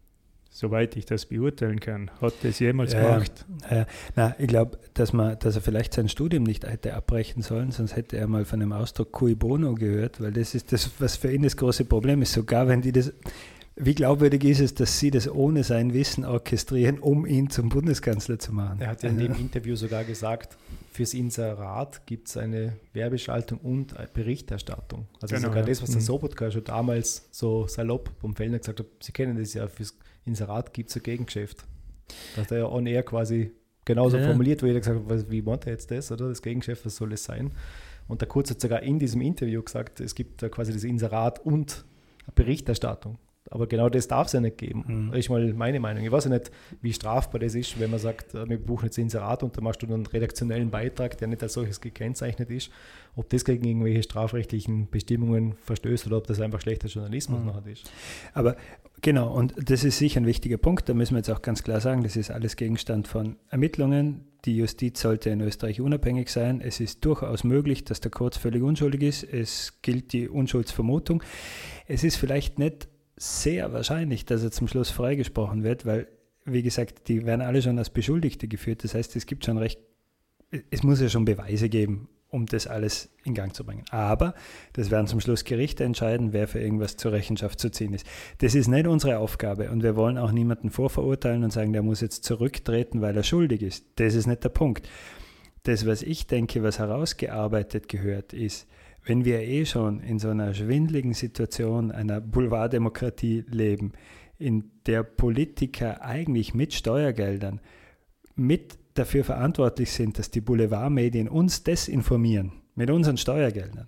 soweit ich das beurteilen kann, hat das jemals ja, gemacht. Ja, na, ich glaube, dass man, dass er vielleicht sein Studium nicht hätte abbrechen sollen, sonst hätte er mal von dem Ausdruck cui bono gehört, weil das ist das, was für ihn das große Problem ist. Sogar wenn die das, wie glaubwürdig ist es, dass sie das ohne sein Wissen orchestrieren, um ihn zum Bundeskanzler zu machen? Er hat ja in dem Interview sogar gesagt, fürs Inserat gibt es eine Werbeschaltung und eine Berichterstattung. Also genau, sogar ja. das, was der Sobotka schon damals so salopp vom Fellner gesagt hat, Sie kennen das ja, fürs Inserat gibt es ein Gegengeschäft. Da hat er ja on air quasi genauso ja. formuliert, wo jeder gesagt hat, was, wie meint er jetzt das, oder? Das Gegengeschäft, was soll es sein? Und der Kurz hat sogar in diesem Interview gesagt, es gibt da quasi das Inserat und eine Berichterstattung. Aber genau das darf es ja nicht geben. Mhm. Das ist mal meine Meinung. Ich weiß ja nicht, wie strafbar das ist, wenn man sagt, wir buchen jetzt Inserat und da machst du einen redaktionellen Beitrag, der nicht als solches gekennzeichnet ist. Ob das gegen irgendwelche strafrechtlichen Bestimmungen verstößt oder ob das einfach schlechter Journalismus mhm. nachher ist. Aber genau, und das ist sicher ein wichtiger Punkt. Da müssen wir jetzt auch ganz klar sagen, das ist alles Gegenstand von Ermittlungen. Die Justiz sollte in Österreich unabhängig sein. Es ist durchaus möglich, dass der Kurz völlig unschuldig ist. Es gilt die Unschuldsvermutung. Es ist vielleicht nicht sehr wahrscheinlich, dass er zum Schluss freigesprochen wird, weil, wie gesagt, die werden alle schon als Beschuldigte geführt. Das heißt, es gibt schon recht, es muss ja schon Beweise geben, um das alles in Gang zu bringen. Aber das werden zum Schluss Gerichte entscheiden, wer für irgendwas zur Rechenschaft zu ziehen ist. Das ist nicht unsere Aufgabe und wir wollen auch niemanden vorverurteilen und sagen, der muss jetzt zurücktreten, weil er schuldig ist. Das ist nicht der Punkt. Das, was ich denke, was herausgearbeitet gehört, ist, wenn wir eh schon in so einer schwindeligen Situation einer Boulevarddemokratie leben, in der Politiker eigentlich mit Steuergeldern mit dafür verantwortlich sind, dass die Boulevardmedien uns desinformieren, mit unseren Steuergeldern,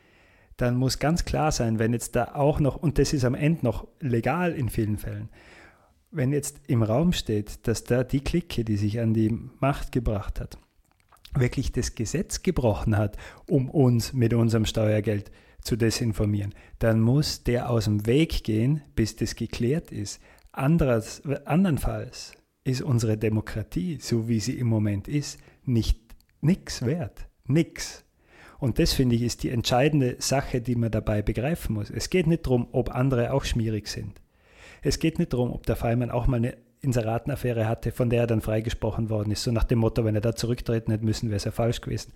dann muss ganz klar sein, wenn jetzt da auch noch, und das ist am Ende noch legal in vielen Fällen, wenn jetzt im Raum steht, dass da die Clique, die sich an die Macht gebracht hat, wirklich das Gesetz gebrochen hat, um uns mit unserem Steuergeld zu desinformieren, dann muss der aus dem Weg gehen, bis das geklärt ist. Anderes, andernfalls ist unsere Demokratie, so wie sie im Moment ist, nicht nix wert. Nix. Und das, finde ich, ist die entscheidende Sache, die man dabei begreifen muss. Es geht nicht darum, ob andere auch schmierig sind. Es geht nicht darum, ob der Feimann auch mal eine Inseratenaffäre hatte, von der er dann freigesprochen worden ist. So nach dem Motto, wenn er da zurücktreten hätte müssen, wäre es ja falsch gewesen.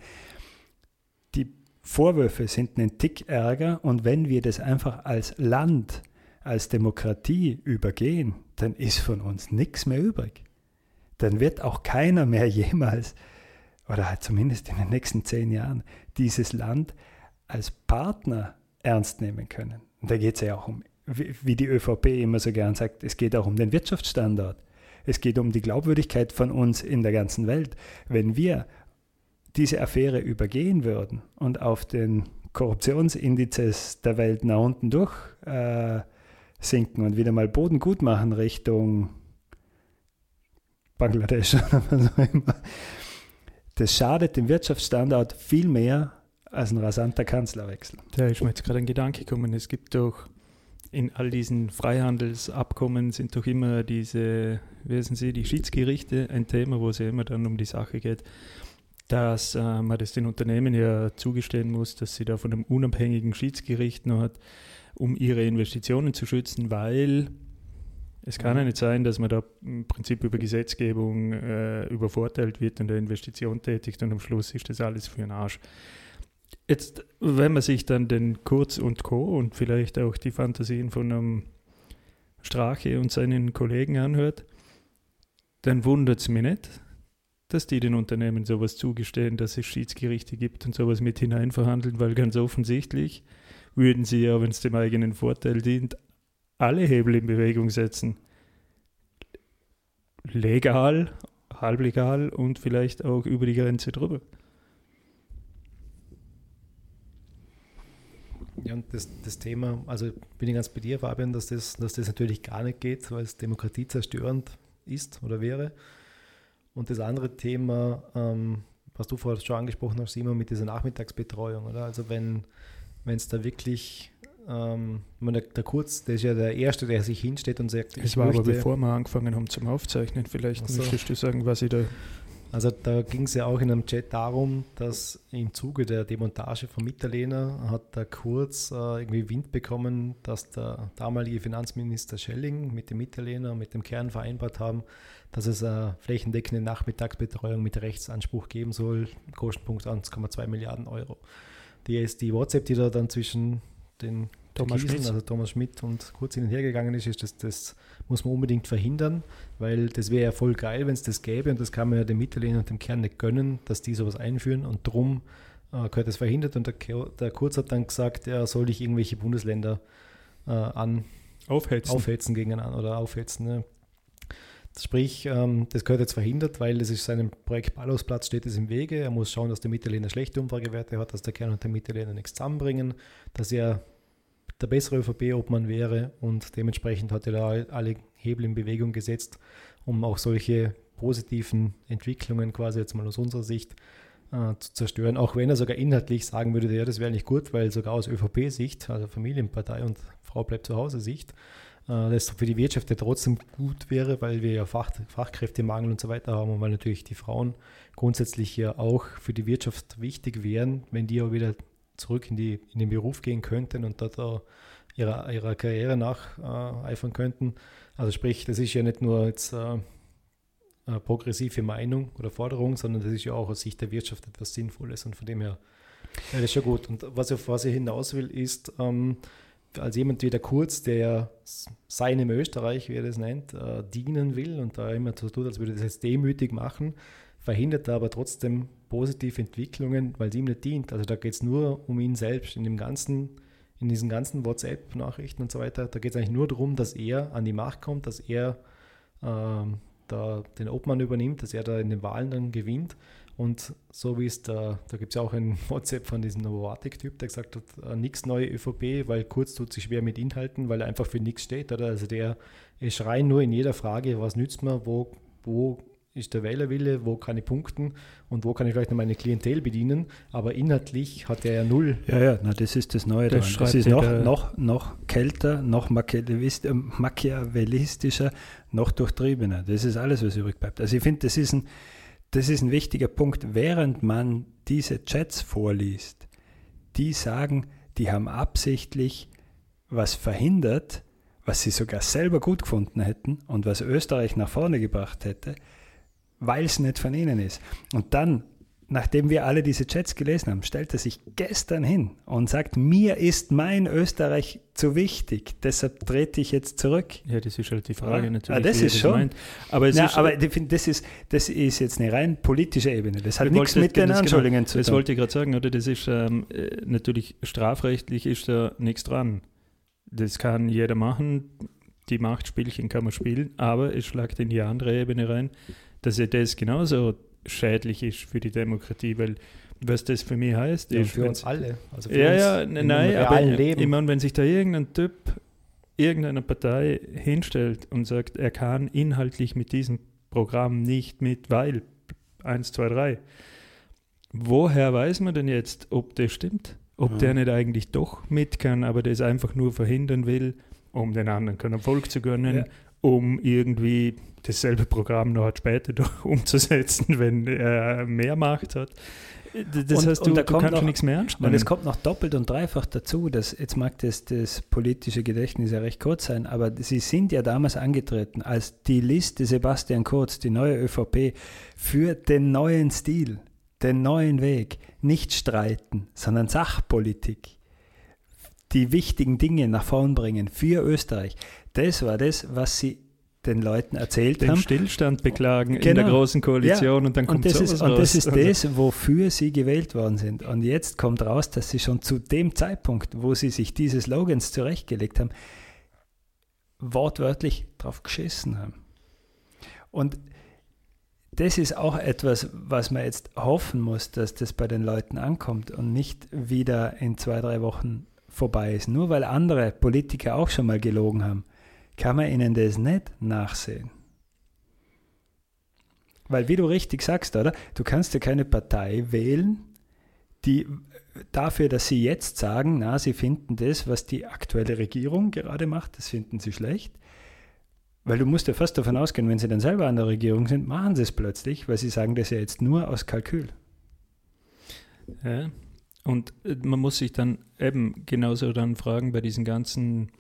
Die Vorwürfe sind einen Tick ärger und wenn wir das einfach als Land, als Demokratie übergehen, dann ist von uns nichts mehr übrig. Dann wird auch keiner mehr jemals, oder halt zumindest in den nächsten zehn Jahren, dieses Land als Partner ernst nehmen können. Und da geht es ja auch um, wie die ÖVP immer so gern sagt, es geht auch um den Wirtschaftsstandort. Es geht um die Glaubwürdigkeit von uns in der ganzen Welt. Wenn wir diese Affäre übergehen würden und auf den Korruptionsindizes der Welt nach unten durch äh, sinken und wieder mal Boden gut machen Richtung Bangladesch oder was auch immer. Das schadet dem Wirtschaftsstandort viel mehr als ein rasanter Kanzlerwechsel. Da ist mir jetzt gerade ein Gedanke gekommen. Es gibt doch in all diesen Freihandelsabkommen sind doch immer diese, wie wissen Sie, die Schiedsgerichte ein Thema, wo es ja immer dann um die Sache geht, dass äh, man das den Unternehmen ja zugestehen muss, dass sie da von einem unabhängigen Schiedsgericht noch hat, um ihre Investitionen zu schützen, weil es kann ja nicht sein, dass man da im Prinzip über Gesetzgebung äh, übervorteilt wird und eine Investition tätigt und am Schluss ist das alles für den Arsch. Jetzt, wenn man sich dann den Kurz und Co. und vielleicht auch die Fantasien von einem Strache und seinen Kollegen anhört, dann wundert es mich nicht, dass die den Unternehmen sowas zugestehen, dass es Schiedsgerichte gibt und sowas mit hineinverhandeln, weil ganz offensichtlich würden sie ja, wenn es dem eigenen Vorteil dient, alle Hebel in Bewegung setzen. Legal, halblegal und vielleicht auch über die Grenze drüber. Ja, und das, das Thema, also bin ich ganz bei dir, Fabian, dass das, dass das natürlich gar nicht geht, weil es demokratiezerstörend ist oder wäre. Und das andere Thema, ähm, was du vorher schon angesprochen hast, Simon, mit dieser Nachmittagsbetreuung, oder? Also wenn es da wirklich, ähm, der, der Kurz, der ist ja der Erste, der sich hinsteht und sagt, ich Es war möchte, aber bevor wir angefangen haben zum Aufzeichnen, vielleicht Ach so. Möchtest du sagen, was ich da... Also da ging es ja auch in einem Chat darum, dass im Zuge der Demontage von Mitterlehner hat der Kurz äh, irgendwie Wind bekommen, dass der damalige Finanzminister Schelling mit dem Mitterlehner und mit dem Kern vereinbart haben, dass es eine flächendeckende Nachmittagsbetreuung mit Rechtsanspruch geben soll, Kostenpunkt eins Komma zwei Milliarden Euro. Die ist die WhatsApp, die da dann zwischen den Thomas Türkisen, Schmidt. also Thomas Schmidt und Kurz hin und her gegangen ist, ist das, das muss man unbedingt verhindern, weil das wäre ja voll geil, wenn es das gäbe und das kann man ja dem Mitterlehner und dem Kern nicht gönnen, dass die sowas einführen und drum äh, gehört das verhindert und der, der Kurz hat dann gesagt, er soll nicht irgendwelche Bundesländer äh, an Aufhetzen. aufhetzen gegeneinander oder aufhetzen. Ne? Sprich, ähm, das gehört jetzt verhindert, weil das ist seinem Projekt Ballhausplatz steht es im Wege. Er muss schauen, dass der Mitterlehner schlechte Umfragewerte hat, dass der Kern und der Mitterlehner nichts zusammenbringen, dass er der bessere ÖVP-Obmann wäre und dementsprechend hat er da alle Hebel in Bewegung gesetzt, um auch solche positiven Entwicklungen quasi jetzt mal aus unserer Sicht äh, zu zerstören, auch wenn er sogar inhaltlich sagen würde, ja, das wäre nicht gut, weil sogar aus ÖVP-Sicht, also Familienpartei und Frau bleibt zu Hause Sicht, äh, das für die Wirtschaft ja trotzdem gut wäre, weil wir ja Fach, Fachkräftemangel und so weiter haben und weil natürlich die Frauen grundsätzlich ja auch für die Wirtschaft wichtig wären, wenn die auch wieder zurück in, die, in den Beruf gehen könnten und dort auch ihrer, ihrer Karriere nacheifern äh, könnten. Also sprich, das ist ja nicht nur jetzt äh, eine progressive Meinung oder Forderung, sondern das ist ja auch aus Sicht der Wirtschaft etwas Sinnvolles und von dem her ja, das ist schon gut. Und was ich, was ich hinaus will, ist, ähm, als jemand wie der Kurz, der seinem Österreich, wie er das nennt, äh, dienen will und da immer so tut, als würde das jetzt demütig machen, verhindert er aber trotzdem positive Entwicklungen, weil es ihm nicht dient. Also da geht es nur um ihn selbst in dem ganzen, in diesen ganzen WhatsApp-Nachrichten und so weiter. Da geht es eigentlich nur darum, dass er an die Macht kommt, dass er ähm, da den Obmann übernimmt, dass er da in den Wahlen dann gewinnt. Und so wie es da, da gibt es ja auch ein WhatsApp von diesem Novomatic-Typ, der gesagt hat, äh, nichts neue ÖVP, weil Kurz tut sich schwer mit Inhalten, weil er einfach für nichts steht. Oder? Also der schreit nur in jeder Frage, was nützt mir, wo, wo ist der Wählerwille, wo kann ich punkten und wo kann ich vielleicht noch meine Klientel bedienen, aber inhaltlich hat er ja null. Ja, ja, na, das ist das Neue Das daran. Das ist noch, der- noch, noch kälter, noch machiavellist- äh, machiavellistischer, noch durchtriebener. Das ist alles, was übrig bleibt. Also ich finde, das ist ein, das ist ein wichtiger Punkt. Während man diese Chats vorliest, die sagen, die haben absichtlich was verhindert, was sie sogar selber gut gefunden hätten und was Österreich nach vorne gebracht hätte, weil es nicht von ihnen ist. Und dann, nachdem wir alle diese Chats gelesen haben, stellt er sich gestern hin und sagt, mir ist mein Österreich zu wichtig, deshalb trete ich jetzt zurück. Ja, das ist halt die Frage Ja. natürlich. Ah, das wie er ist schon. meint. Aber es Ja, ist, aber ich finde, das ist, das ist jetzt eine rein politische Ebene. Das hat Ich nichts wollte- mit den das- Anschuldigungen genau, zu Das tun. wollte ich gerade sagen, oder? Das ist ähm, äh, natürlich strafrechtlich ist da nichts dran. Das kann jeder machen. Die Machtspielchen kann man spielen, aber es schlagt in die andere Ebene rein, dass ja das genauso schädlich ist für die Demokratie, weil was das für mich heißt, Ja, ist, für wenn's- uns alle. Also für ja, uns ja, in ne- dem nein, aber realen äh, Leben. ich meine, wenn sich da irgendein Typ irgendeiner Partei hinstellt und sagt, er kann inhaltlich mit diesen Programm nicht mit, weil eins, zwei, drei. Woher weiß man denn jetzt, ob das stimmt? Ob ja. der nicht eigentlich doch mit kann, aber das einfach nur verhindern will, um den anderen keinen Erfolg zu gönnen, ja. um irgendwie dasselbe Programm noch später umzusetzen, wenn er mehr Macht hat. Das und, heißt, du, und da du kommt kannst noch, nichts mehr anstellen. Und es kommt noch doppelt und dreifach dazu, dass, jetzt mag das, das politische Gedächtnis ja recht kurz sein, aber sie sind ja damals angetreten als die Liste Sebastian Kurz, die neue ÖVP, für den neuen Stil, den neuen Weg. Nicht streiten, sondern Sachpolitik. Die wichtigen Dinge nach vorn bringen für Österreich. Das war das, was sie den Leuten erzählt den haben. Den Stillstand beklagen genau. in der Großen Koalition ja. und dann kommt und das sowas ist, raus. Und das ist also. das, wofür sie gewählt worden sind. Und jetzt kommt raus, dass sie schon zu dem Zeitpunkt, wo sie sich diese Slogans zurechtgelegt haben, wortwörtlich drauf geschissen haben. Und das ist auch etwas, was man jetzt hoffen muss, dass das bei den Leuten ankommt und nicht wieder in zwei, drei Wochen vorbei ist. Nur weil andere Politiker auch schon mal gelogen haben, kann man ihnen das nicht nachsehen. Weil, wie du richtig sagst, oder? Du kannst ja keine Partei wählen, die dafür, dass sie jetzt sagen, na, sie finden das, was die aktuelle Regierung gerade macht, das finden sie schlecht. Weil du musst ja fast davon ausgehen, wenn sie dann selber an der Regierung sind, machen sie es plötzlich, weil sie sagen das ja jetzt nur aus Kalkül. Ja, und man muss sich dann eben genauso dann fragen bei diesen ganzen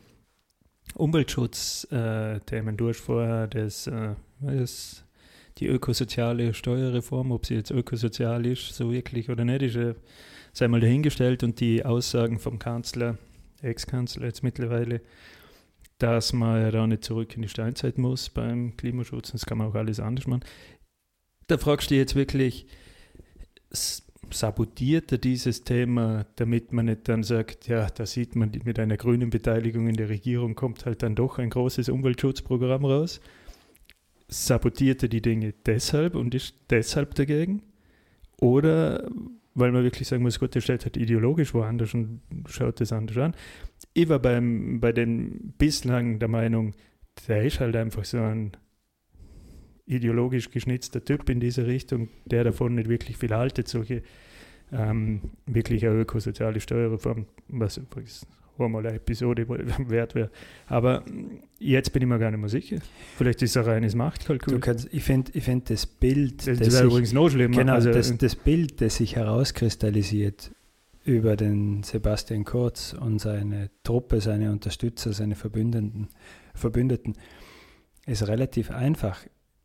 Umweltschutzthemen. Du hast vorher das, äh, das, die ökosoziale Steuerreform, ob sie jetzt ökosozial ist, so wirklich oder nicht, ist ja, sei mal dahingestellt. Und die Aussagen vom Kanzler, Ex-Kanzler jetzt mittlerweile, dass man ja da nicht zurück in die Steinzeit muss beim Klimaschutz, das kann man auch alles anders machen. Da fragst du dich jetzt wirklich, sabotiert er dieses Thema, damit man nicht dann sagt, ja, da sieht man, mit einer grünen Beteiligung in der Regierung kommt halt dann doch ein großes Umweltschutzprogramm raus. Sabotiert er die Dinge deshalb und ist deshalb dagegen? Oder weil man wirklich sagen muss, Gott, der steht halt ideologisch woanders und schaut das anders an. Ich war beim, bei den bislang der Meinung, der ist halt einfach so ein ideologisch geschnitzter Typ in diese Richtung, der davon nicht wirklich viel haltet, solche ähm, wirklich eine ökosoziale Steuerreform, was übrigens mal eine Episode wert wäre. Aber jetzt bin ich mir gar nicht mehr sicher. Vielleicht ist es ein reines Machtkalkül. Du kannst, ich finde ich find das Bild, das, das wäre übrigens noch schlimmer. Genau, also, das, das Bild, das sich herauskristallisiert über den Sebastian Kurz und seine Truppe, seine Unterstützer, seine Verbündeten, Verbündeten, ist relativ einfach.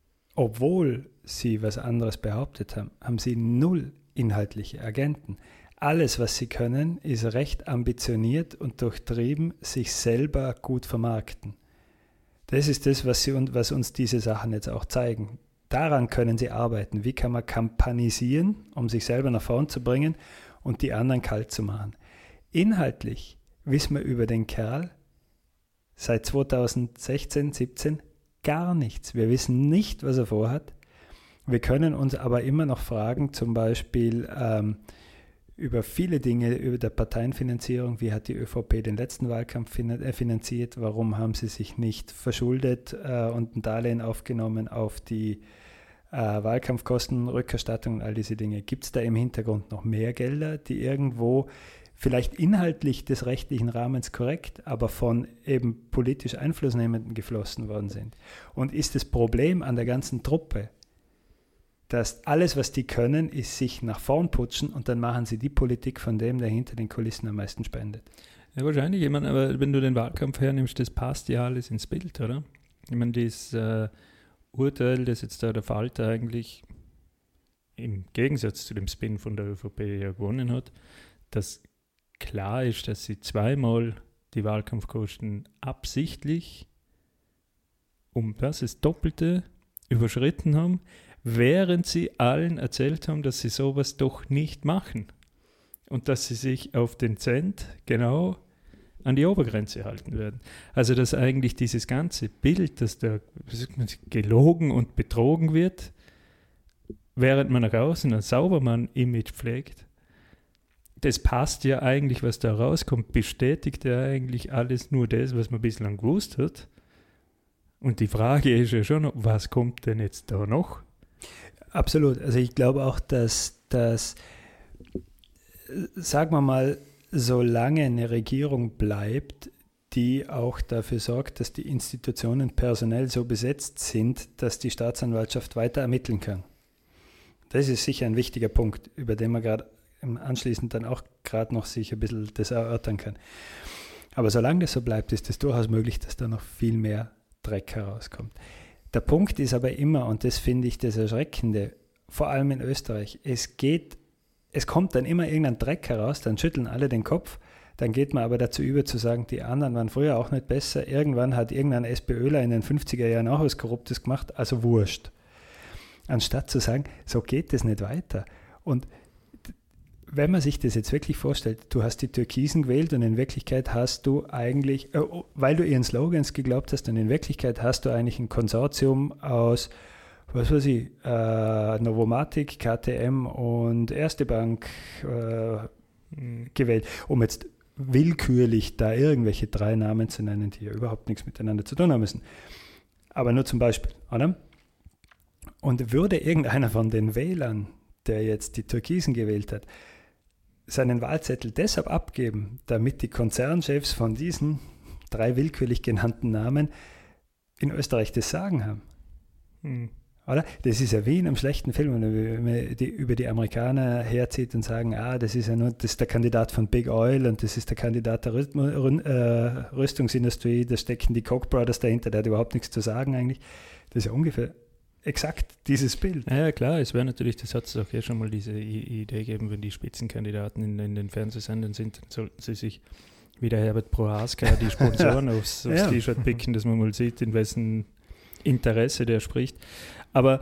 Obwohl sie was anderes behauptet haben, haben sie null inhaltliche Agenten. Alles, was sie können, ist recht ambitioniert und durchtrieben, sich selber gut vermarkten. Das ist das, was, sie, was uns diese Sachen jetzt auch zeigen. Daran können sie arbeiten. Wie kann man kampagnisieren, um sich selber nach vorn zu bringen und die anderen kalt zu machen. Inhaltlich wissen wir über den Kerl seit zweitausendsechzehn, siebzehn gar nichts. Wir wissen nicht, was er vorhat. Wir können uns aber immer noch fragen, zum Beispiel ähm, über viele Dinge, über der Parteienfinanzierung. Wie hat die ÖVP den letzten Wahlkampf finanziert? Warum haben sie sich nicht verschuldet äh, und ein Darlehen aufgenommen auf die äh, Wahlkampfkosten, Rückerstattung und all diese Dinge? Gibt es da im Hintergrund noch mehr Gelder, die irgendwo vielleicht inhaltlich des rechtlichen Rahmens korrekt, aber von eben politisch Einflussnehmenden geflossen worden sind? Und ist das Problem an der ganzen Truppe, dass alles, was die können, ist sich nach vorn putschen und dann machen sie die Politik von dem, der hinter den Kulissen am meisten spendet? Ja, wahrscheinlich. Ich meine, aber wenn du den Wahlkampf hernimmst, das passt ja alles ins Bild, oder? Ich meine, das äh, Urteil, das jetzt da der Falter eigentlich im Gegensatz zu dem Spin von der ÖVP ja gewonnen hat, dass klar ist, dass sie zweimal die Wahlkampfkosten absichtlich um das, das Doppelte überschritten haben, während sie allen erzählt haben, dass sie sowas doch nicht machen und dass sie sich auf den Cent genau an die Obergrenze halten werden. Also dass eigentlich dieses ganze Bild, dass da gelogen und betrogen wird, während man nach außen ein Saubermann-Image pflegt, das passt ja eigentlich, was da rauskommt, bestätigt ja eigentlich alles nur das, was man bislang gewusst hat. Und die Frage ist ja schon, was kommt denn jetzt da noch? Absolut. Also ich glaube auch, dass, dass sagen wir mal, solange eine Regierung bleibt, die auch dafür sorgt, dass die Institutionen personell so besetzt sind, dass die Staatsanwaltschaft weiter ermitteln kann. Das ist sicher ein wichtiger Punkt, über den man gerade anschließend dann auch gerade noch sich ein bisschen das erörtern kann. Aber solange das so bleibt, ist es durchaus möglich, dass da noch viel mehr Dreck herauskommt. Der Punkt ist aber immer, und das finde ich das Erschreckende, vor allem in Österreich, es geht, es kommt dann immer irgendein Dreck heraus, dann schütteln alle den Kopf, dann geht man aber dazu über zu sagen, die anderen waren früher auch nicht besser, irgendwann hat irgendein SPÖler in den fünfziger Jahren auch was Korruptes gemacht, also wurscht. Anstatt zu sagen, so geht es nicht weiter. Und wenn man sich das jetzt wirklich vorstellt, du hast die Türkisen gewählt und in Wirklichkeit hast du eigentlich, äh, weil du ihren Slogans geglaubt hast, und in Wirklichkeit hast du eigentlich ein Konsortium aus, was weiß ich, äh, Novomatic, K T M und Erste Bank äh, gewählt, um jetzt willkürlich da irgendwelche drei Namen zu nennen, die ja überhaupt nichts miteinander zu tun haben müssen. Aber nur zum Beispiel, oder? Und würde irgendeiner von den Wählern, der jetzt die Türkisen gewählt hat, seinen Wahlzettel deshalb abgeben, damit die Konzernchefs von diesen drei willkürlich genannten Namen in Österreich das Sagen haben? Hm. Oder? Das ist ja wie in einem schlechten Film, wenn man die, über die Amerikaner herzieht und sagen, ah, das ist ja nur das ist der Kandidat von Big Oil und das ist der Kandidat der Rüst, äh, Rüstungsindustrie, da stecken die Koch Brothers dahinter, der hat überhaupt nichts zu sagen eigentlich. Das ist ja ungefähr exakt dieses Bild. Ja, ja klar, es wäre natürlich, das hat es auch ja schon mal diese I- Idee gegeben, wenn die Spitzenkandidaten in, in den Fernsehsendern sind, dann sollten sie sich wie der Herbert Prohaska die Sponsoren aufs, aufs ja. T-Shirt picken, dass man mal sieht, in wessen Interesse der spricht. Aber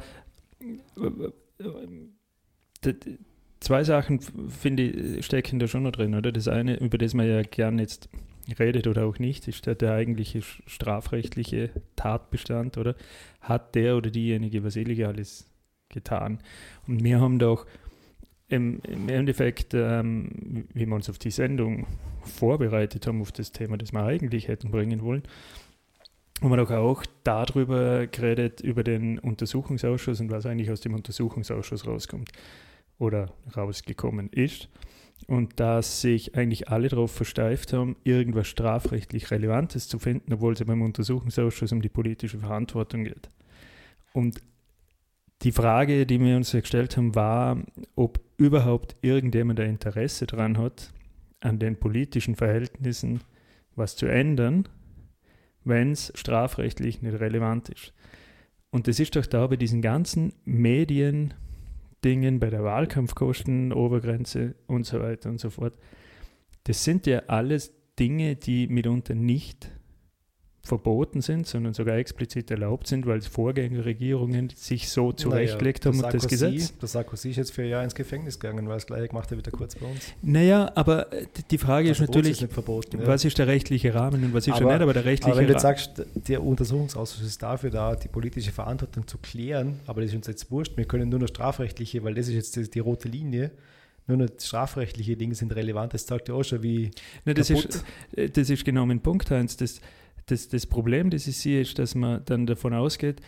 äh, zwei Sachen, finde ich, stecken da schon noch drin, oder? Das eine, über das man ja gern jetzt redet oder auch nicht, ist der, der eigentliche strafrechtliche Tatbestand, oder? Hat der oder diejenige was Illegales getan? Und wir haben doch im, im Endeffekt, ähm, wie wir uns auf die Sendung vorbereitet haben, auf das Thema, das wir eigentlich hätten bringen wollen, haben wir doch auch darüber geredet, über den Untersuchungsausschuss und was eigentlich aus dem Untersuchungsausschuss rauskommt oder rausgekommen ist. Und dass sich eigentlich alle darauf versteift haben, irgendwas strafrechtlich Relevantes zu finden, obwohl es ja beim Untersuchungsausschuss um die politische Verantwortung geht. Und die Frage, die wir uns gestellt haben, war, ob überhaupt irgendjemand ein Interesse daran hat, an den politischen Verhältnissen was zu ändern, wenn es strafrechtlich nicht relevant ist. Und das ist doch da bei diesen ganzen Medien- Dingen, bei der Wahlkampfkosten, Obergrenze und so weiter und so fort. Das sind ja alles Dinge, die mitunter nicht verboten sind, sondern sogar explizit erlaubt sind, weil Vorgängerregierungen sich so zurechtgelegt naja, haben und das Gesetz. Der Sarkozy ist jetzt für ein Jahr ins Gefängnis gegangen, weil es gleich gemacht hat wieder kurz bei uns. Naja, aber die Frage das ist natürlich, ist nicht verboten, was ja. ist der rechtliche Rahmen und was ist aber, er nicht, aber der rechtliche aber wenn du Rahmen. jetzt sagst, der Untersuchungsausschuss ist dafür da, die politische Verantwortung zu klären, aber das ist uns jetzt wurscht, wir können nur noch strafrechtliche, weil das ist jetzt die, die rote Linie, nur noch strafrechtliche Dinge sind relevant, das sagt ja auch schon wie Na, das, ist, das ist genau mein Punkt, Heinz, das Das, das Problem, das ich sehe, ist, dass man dann davon ausgeht,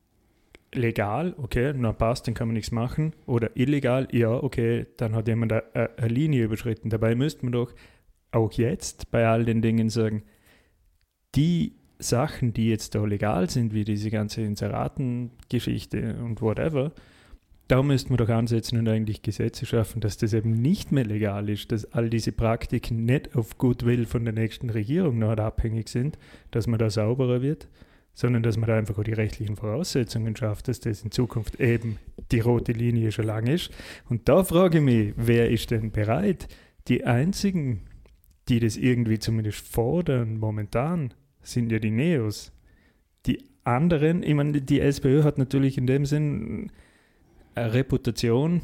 legal, okay, na passt, dann kann man nichts machen. Oder illegal, ja, okay, dann hat jemand eine, eine Linie überschritten. Dabei müsste man doch auch jetzt bei all den Dingen sagen, die Sachen, die jetzt da legal sind, wie diese ganze Inseratengeschichte und whatever, da müsste man doch ansetzen und eigentlich Gesetze schaffen, dass das eben nicht mehr legal ist, dass all diese Praktiken nicht auf Goodwill von der nächsten Regierung noch abhängig sind, dass man da sauberer wird, sondern dass man da einfach auch die rechtlichen Voraussetzungen schafft, dass das in Zukunft eben die rote Linie schon lang ist. Und da frage ich mich, wer ist denn bereit? Die einzigen, die das irgendwie zumindest fordern momentan, sind ja die Neos. Die anderen, ich meine, die SPÖ hat natürlich in dem Sinn eine Reputation,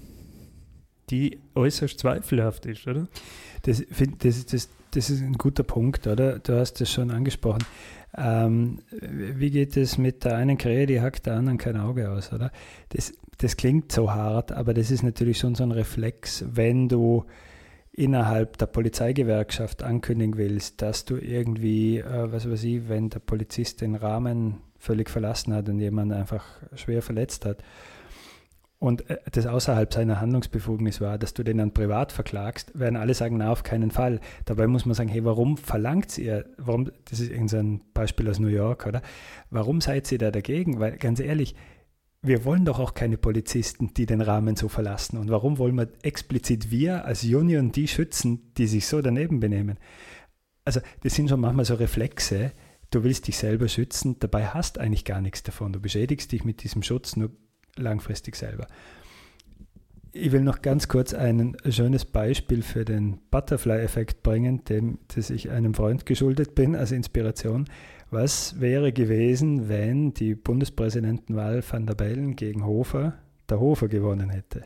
die äußerst zweifelhaft ist, oder? Das, das, das, das ist ein guter Punkt, oder? Du hast das schon angesprochen. Ähm, wie geht es mit der einen Krähe, die hackt der anderen kein Auge aus, oder? Das, das klingt so hart, aber das ist natürlich schon so ein Reflex, wenn du innerhalb der Polizeigewerkschaft ankündigen willst, dass du irgendwie, äh, was weiß ich, wenn der Polizist den Rahmen völlig verlassen hat und jemand einfach schwer verletzt hat und das außerhalb seiner Handlungsbefugnis war, dass du den dann privat verklagst, werden alle sagen, na, auf keinen Fall. Dabei muss man sagen, hey, warum verlangt ihr, warum, das ist irgendein Beispiel aus New York, oder? Warum seid ihr da dagegen? Weil, ganz ehrlich, wir wollen doch auch keine Polizisten, die den Rahmen so verlassen. Und warum wollen wir explizit wir als Union die schützen, die sich so daneben benehmen? Also das sind schon manchmal so Reflexe, du willst dich selber schützen, dabei hast eigentlich gar nichts davon. Du beschädigst dich mit diesem Schutz nur langfristig selber. Ich will noch ganz kurz ein schönes Beispiel für den Butterfly-Effekt bringen, dem das ich einem Freund geschuldet bin als Inspiration. Was wäre gewesen, wenn die Bundespräsidentenwahl Van der Bellen gegen Hofer der Hofer gewonnen hätte?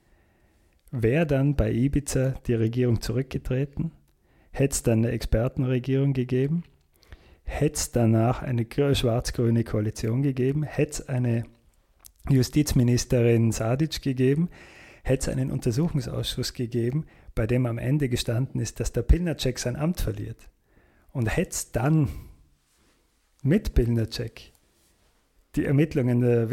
Wäre dann bei Ibiza die Regierung zurückgetreten? Hätte es dann eine Expertenregierung gegeben? Hätte es danach eine schwarz-grüne Koalition gegeben? Hätte es eine Justizministerin Sadic gegeben? Hätte es einen Untersuchungsausschuss gegeben, bei dem am Ende gestanden ist, dass der Pilnacek sein Amt verliert? Und hätte es dann mit Pilnacek die Ermittlungen der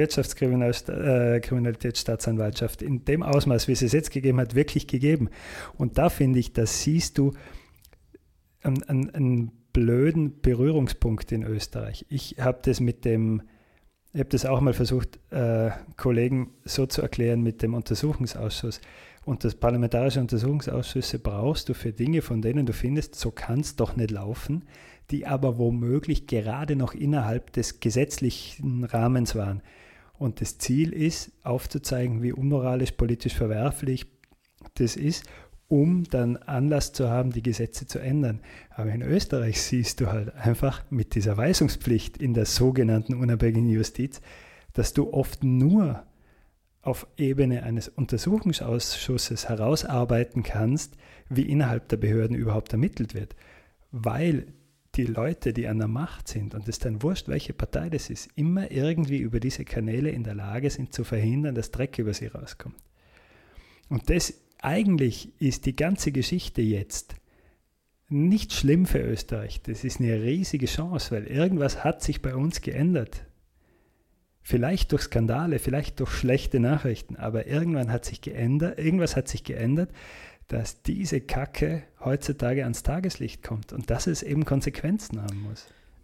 Wirtschaftskriminalitätsstaatsanwaltschaft in dem Ausmaß, wie es es jetzt gegeben hat, wirklich gegeben? Und da finde ich, das siehst du einen, einen, einen blöden Berührungspunkt in Österreich. Ich habe das mit dem Ich habe das auch mal versucht, äh, Kollegen so zu erklären mit dem Untersuchungsausschuss. Und das parlamentarische Untersuchungsausschüsse brauchst du für Dinge, von denen du findest, so kann es doch nicht laufen, die aber womöglich gerade noch innerhalb des gesetzlichen Rahmens waren. Und das Ziel ist, aufzuzeigen, wie unmoralisch, politisch verwerflich das ist, um dann Anlass zu haben, die Gesetze zu ändern. Aber in Österreich siehst du halt einfach mit dieser Weisungspflicht in der sogenannten unabhängigen Justiz, dass du oft nur auf Ebene eines Untersuchungsausschusses herausarbeiten kannst, wie innerhalb der Behörden überhaupt ermittelt wird. Weil die Leute, die an der Macht sind, und es ist dann wurscht, welche Partei das ist, immer irgendwie über diese Kanäle in der Lage sind zu verhindern, dass Dreck über sie rauskommt. Und das Eigentlich ist die ganze Geschichte jetzt nicht schlimm für Österreich. Das ist eine riesige Chance, weil irgendwas hat sich bei uns geändert. Vielleicht durch Skandale, vielleicht durch schlechte Nachrichten, aber irgendwann hat sich geändert, irgendwas hat sich geändert, dass diese Kacke heutzutage ans Tageslicht kommt und dass es eben Konsequenzen haben muss.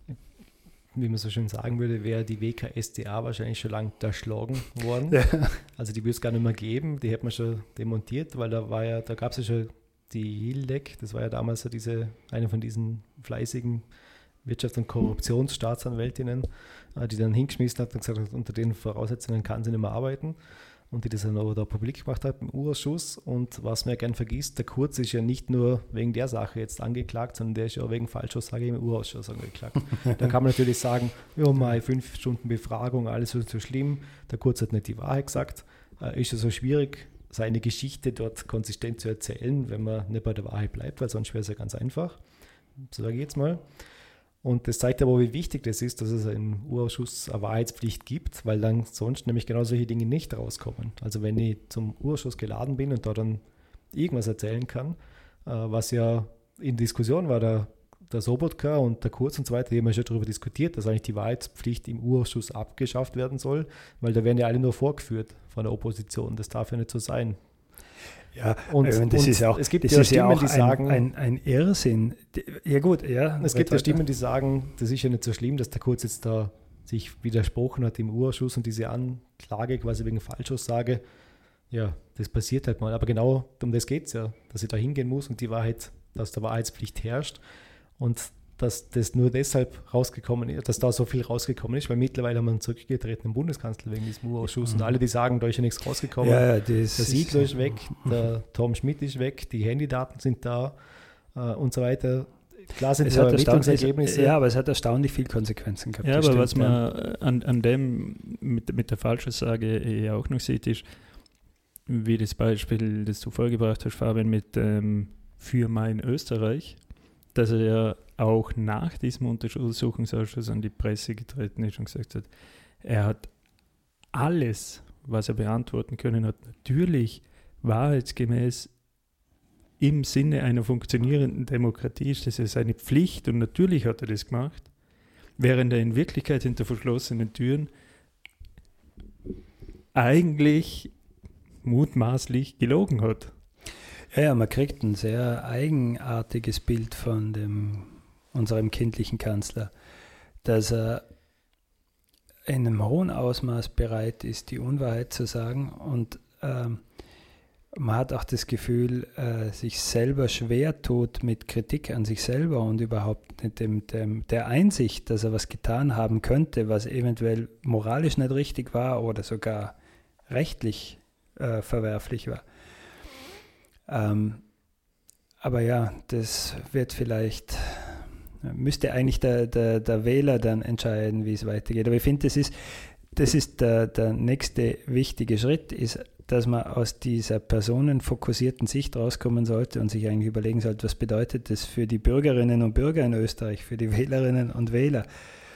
Wie man so schön sagen würde, wäre die W K S d A wahrscheinlich schon lange erschlagen worden. Ja. Also die würde es gar nicht mehr geben, die hätte man schon demontiert, weil da war ja, da gab es ja schon die Hildek, das war ja damals so diese, eine von diesen fleißigen Wirtschafts- und Korruptionsstaatsanwältinnen, die dann hingeschmissen hat und gesagt hat, unter den Voraussetzungen kann sie nicht mehr arbeiten. Und die das dann aber da publik gemacht hat im U-Ausschuss. Und was man ja gern vergisst, der Kurz ist ja nicht nur wegen der Sache jetzt angeklagt, sondern der ist ja auch wegen Falschaussage im U-Ausschuss angeklagt. Da kann man natürlich sagen, ja, mal fünf Stunden Befragung, alles so, so schlimm. Der Kurz hat nicht die Wahrheit gesagt. Äh, ist ja so schwierig, seine Geschichte dort konsistent zu erzählen, wenn man nicht bei der Wahrheit bleibt, weil sonst wäre es ja ganz einfach. So sage ich jetzt mal. Und das zeigt aber, wie wichtig das ist, dass es im U-Ausschuss eine Wahrheitspflicht gibt, weil dann sonst nämlich genau solche Dinge nicht rauskommen. Also wenn ich zum U-Ausschuss geladen bin und da dann irgendwas erzählen kann, was ja in Diskussion war, der, der Sobotka und der Kurz und so weiter, die haben ja schon darüber diskutiert, dass eigentlich die Wahrheitspflicht im U-Ausschuss abgeschafft werden soll, weil da werden ja alle nur vorgeführt von der Opposition. Das darf ja nicht so sein. Ja, und, das und ist ja auch, es gibt das ja ist Stimmen, ja auch die ein, sagen, ein, ein Irrsinn. Ja gut, ja. Es gibt ja Stimmen, die sagen, das ist ja nicht so schlimm, dass der Kurz jetzt da sich widersprochen hat im U-Ausschuss und diese Anklage quasi wegen Falschaussage, ja, das passiert halt mal. Aber genau um das geht es ja, dass ich da hingehen muss und die Wahrheit, dass der Wahrheitspflicht herrscht und dass das nur deshalb rausgekommen ist, dass da so viel rausgekommen ist, weil mittlerweile haben wir einen zurückgetretenen Bundeskanzler wegen diesem U-Ausschuss und alle, die sagen, da ist ja nichts rausgekommen. Ja, ja, der Siegler ist weg, der Tom Schmidt ist weg, die Handydaten sind da äh, und so weiter. Klar sind die Ermittlungsergebnisse. Ja, aber es hat erstaunlich viel Konsequenzen gehabt. Ja, aber stimmt, was man an, an dem mit, mit der Falschaussage eh auch noch sieht, ist, wie das Beispiel, das du vorgebracht hast, Fabian, mit ähm, für mein Österreich, dass er ja auch nach diesem Untersuchungsausschuss an die Presse getreten ist und gesagt hat, er hat alles, was er beantworten können hat, natürlich wahrheitsgemäß im Sinne einer funktionierenden Demokratie ist das ja seine Pflicht und natürlich hat er das gemacht, während er in Wirklichkeit hinter verschlossenen Türen eigentlich mutmaßlich gelogen hat. Ja, ja, man kriegt ein sehr eigenartiges Bild von dem, unserem kindlichen Kanzler, dass er in einem hohen Ausmaß bereit ist, die Unwahrheit zu sagen und ähm, man hat auch das Gefühl, äh, sich selber schwer tut mit Kritik an sich selber und überhaupt mit dem, dem, der Einsicht, dass er was getan haben könnte, was eventuell moralisch nicht richtig war oder sogar rechtlich äh, verwerflich war. Ähm, aber ja, das wird vielleicht, müsste eigentlich der, der, der Wähler dann entscheiden, wie es weitergeht. Aber ich finde, das ist, das ist der, der nächste wichtige Schritt, ist, dass man aus dieser personenfokussierten Sicht rauskommen sollte und sich eigentlich überlegen sollte, was bedeutet das für die Bürgerinnen und Bürger in Österreich, für die Wählerinnen und Wähler.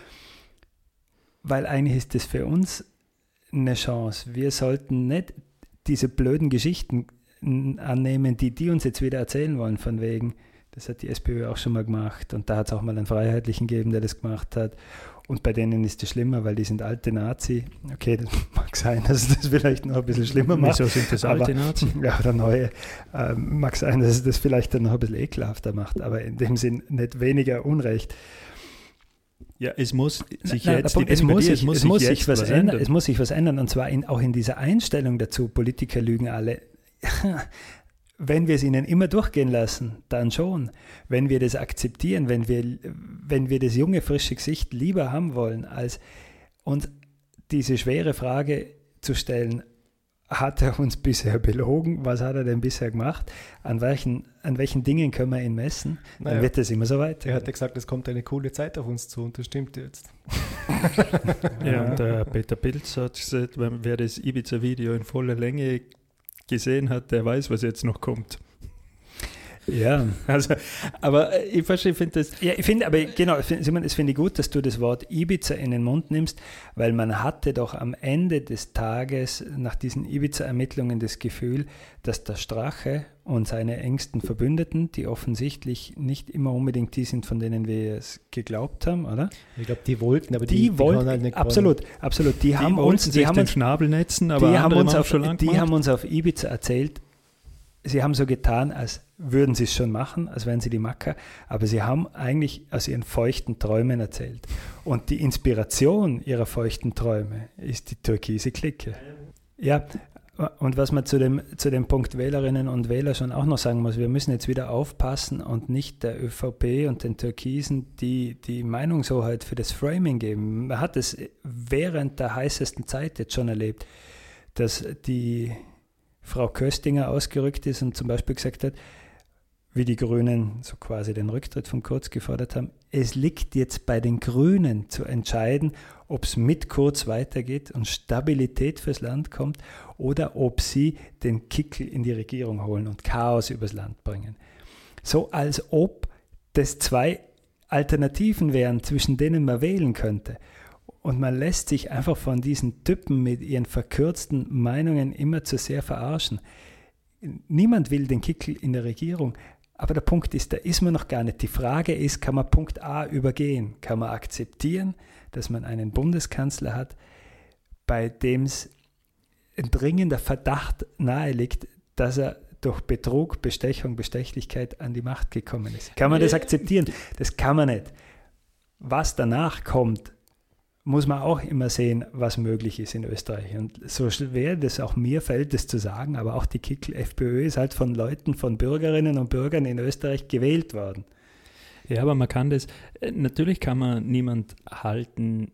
Weil eigentlich ist das für uns eine Chance. Wir sollten nicht diese blöden Geschichten annehmen, die die uns jetzt wieder erzählen wollen, von wegen, das hat die SPÖ auch schon mal gemacht und da hat es auch mal einen Freiheitlichen gegeben, der das gemacht hat. Und bei denen ist es schlimmer, weil die sind alte Nazi. Okay, das mag sein, dass es das vielleicht noch ein bisschen schlimmer macht. Wieso sind das alte Nazi? Ja, oder neue. Ähm, mag sein, dass es das vielleicht dann noch ein bisschen ekelhafter macht, aber in dem Sinn nicht weniger Unrecht. Ja, es muss sich Nein, jetzt, Punkt, es muss, sich, es muss, es muss sich was, was ändern. ändern. Es muss sich was ändern und zwar in, auch in dieser Einstellung dazu. Politiker lügen alle. Wenn wir es ihnen immer durchgehen lassen, dann schon. Wenn wir das akzeptieren, wenn wir, wenn wir das junge, frische Gesicht lieber haben wollen, als uns diese schwere Frage zu stellen, hat er uns bisher belogen? Was hat er denn bisher gemacht? An welchen, an welchen Dingen können wir ihn messen? Dann naja, wird das immer so weiter. Er hat ja gesagt, es kommt eine coole Zeit auf uns zu und das stimmt jetzt. Ja, und der Peter Pilz hat gesagt, wer das Ibiza-Video in voller Länge gesehen hat, der weiß, was jetzt noch kommt. Ja, also, aber ich verstehe, ich finde das... Ja, ich finde, aber genau, Simon, das finde ich gut, dass du das Wort Ibiza in den Mund nimmst, weil man hatte doch am Ende des Tages nach diesen Ibiza-Ermittlungen das Gefühl, dass der Strache und seine engsten Verbündeten, die offensichtlich nicht immer unbedingt die sind, von denen wir es geglaubt haben, oder? Ich glaube, die wollten, aber die, die, die wollten, halt nicht absolut, absolut. Die, die haben uns, die sich haben den uns, Schnabel netzen, aber die haben uns auf, schon lang die haben uns auf Ibiza erzählt, sie haben so getan, als würden sie es schon machen, als wären sie die Macker, aber sie haben eigentlich aus ihren feuchten Träumen erzählt. Und die Inspiration ihrer feuchten Träume ist die türkise Clique. Ja, und was man zu dem, zu dem Punkt Wählerinnen und Wähler schon auch noch sagen muss, wir müssen jetzt wieder aufpassen und nicht der ÖVP und den Türkisen die, die Meinungshoheit für das Framing geben. Man hat es während der heißesten Zeit jetzt schon erlebt, dass die Frau Köstinger ausgerückt ist und zum Beispiel gesagt hat, wie die Grünen so quasi den Rücktritt von Kurz gefordert haben, es liegt jetzt bei den Grünen zu entscheiden, ob es mit Kurz weitergeht und Stabilität fürs Land kommt oder ob sie den Kickel in die Regierung holen und Chaos übers Land bringen. So als ob das zwei Alternativen wären, zwischen denen man wählen könnte. Und man lässt sich einfach von diesen Typen mit ihren verkürzten Meinungen immer zu sehr verarschen. Niemand will den Kickel in der Regierung, aber der Punkt ist, da ist man noch gar nicht. Die Frage ist, kann man Punkt A übergehen? Kann man akzeptieren, dass man einen Bundeskanzler hat, bei dem es ein dringender Verdacht nahe liegt, dass er durch Betrug, Bestechung, Bestechlichkeit an die Macht gekommen ist? Kann man das akzeptieren? Das kann man nicht. Was danach kommt, muss man auch immer sehen, was möglich ist in Österreich. Und so schwer das auch mir fällt, das zu sagen, aber auch die Kickel-FPÖ ist halt von Leuten, von Bürgerinnen und Bürgern in Österreich gewählt worden. Ja, aber man kann das, natürlich kann man niemand halten,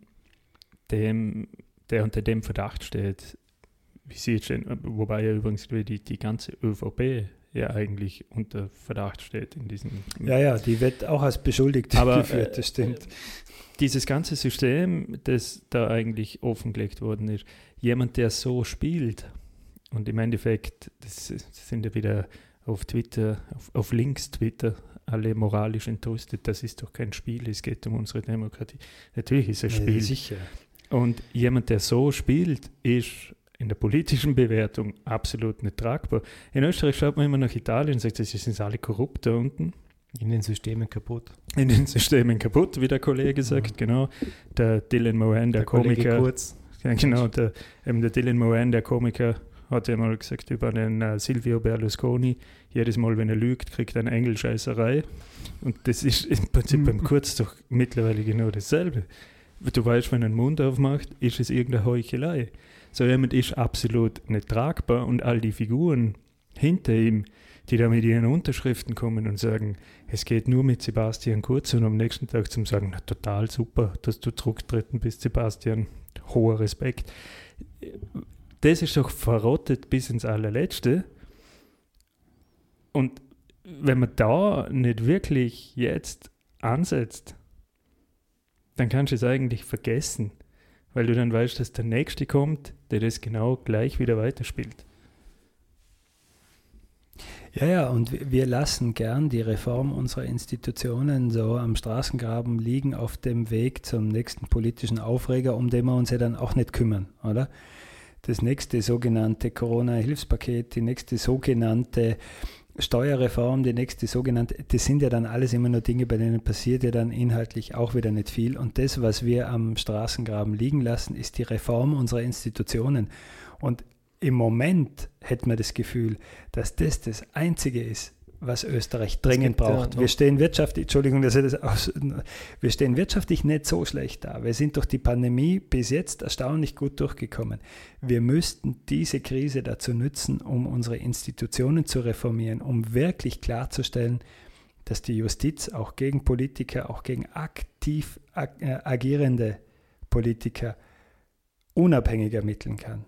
dem, der unter dem Verdacht steht, wie Sie jetzt stehen, wobei ja übrigens die, die ganze ÖVP ja eigentlich unter Verdacht steht in diesem... Ja, ja, die wird auch als Beschuldigte aber, geführt, das stimmt. Äh, Dieses ganze System, das da eigentlich offengelegt worden ist, jemand, der so spielt und im Endeffekt, das, das sind ja wieder auf Twitter, auf, auf links Twitter, alle moralisch entrüstet, das ist doch kein Spiel, es geht um unsere Demokratie. Natürlich ist es ein Spiel. Ja, sicher. Und jemand, der so spielt, ist in der politischen Bewertung absolut nicht tragbar. In Österreich schaut man immer nach Italien und sagt, sie sind alle korrupt da unten. In den Systemen kaputt. In den Systemen kaputt, wie der Kollege sagt, ja. Genau. Der Dylan Moran, der, der Komiker. Kurz. Ja, genau, der, eben der Dylan Moran, der Komiker, hat ja mal gesagt über den uh, Silvio Berlusconi, jedes Mal, wenn er lügt, kriegt er eine Engelscheißerei. Und das ist im Prinzip beim Kurz doch mittlerweile genau dasselbe. Du weißt, wenn er den Mund aufmacht, ist es irgendeine Heuchelei. So jemand ist absolut nicht tragbar und all die Figuren hinter ihm, die da mit ihren Unterschriften kommen und sagen, es geht nur mit Sebastian Kurz und am nächsten Tag zum sagen, na, total super, dass du zurückgetreten bist, Sebastian, hoher Respekt. Das ist doch verrottet bis ins Allerletzte. Und wenn man da nicht wirklich jetzt ansetzt, dann kannst du es eigentlich vergessen, weil du dann weißt, dass der Nächste kommt, der das genau gleich wieder weiterspielt. Ja, ja, und wir lassen gern die Reform unserer Institutionen so am Straßengraben liegen auf dem Weg zum nächsten politischen Aufreger, um den wir uns ja dann auch nicht kümmern, oder? Das nächste sogenannte Corona-Hilfspaket, die nächste sogenannte Steuerreform, die nächste sogenannte, das sind ja dann alles immer nur Dinge, bei denen passiert ja dann inhaltlich auch wieder nicht viel. Und das, was wir am Straßengraben liegen lassen, ist die Reform unserer Institutionen. Und im Moment hätte man das Gefühl, dass das das Einzige ist, was Österreich dringend braucht. Ja, wir stehen wirtschaftlich, Entschuldigung, dass ich das aus, wir stehen wirtschaftlich nicht so schlecht da. Wir sind durch die Pandemie bis jetzt erstaunlich gut durchgekommen. Wir müssten diese Krise dazu nutzen, um unsere Institutionen zu reformieren, um wirklich klarzustellen, dass die Justiz auch gegen Politiker, auch gegen aktiv ag- äh, agierende Politiker unabhängig ermitteln kann.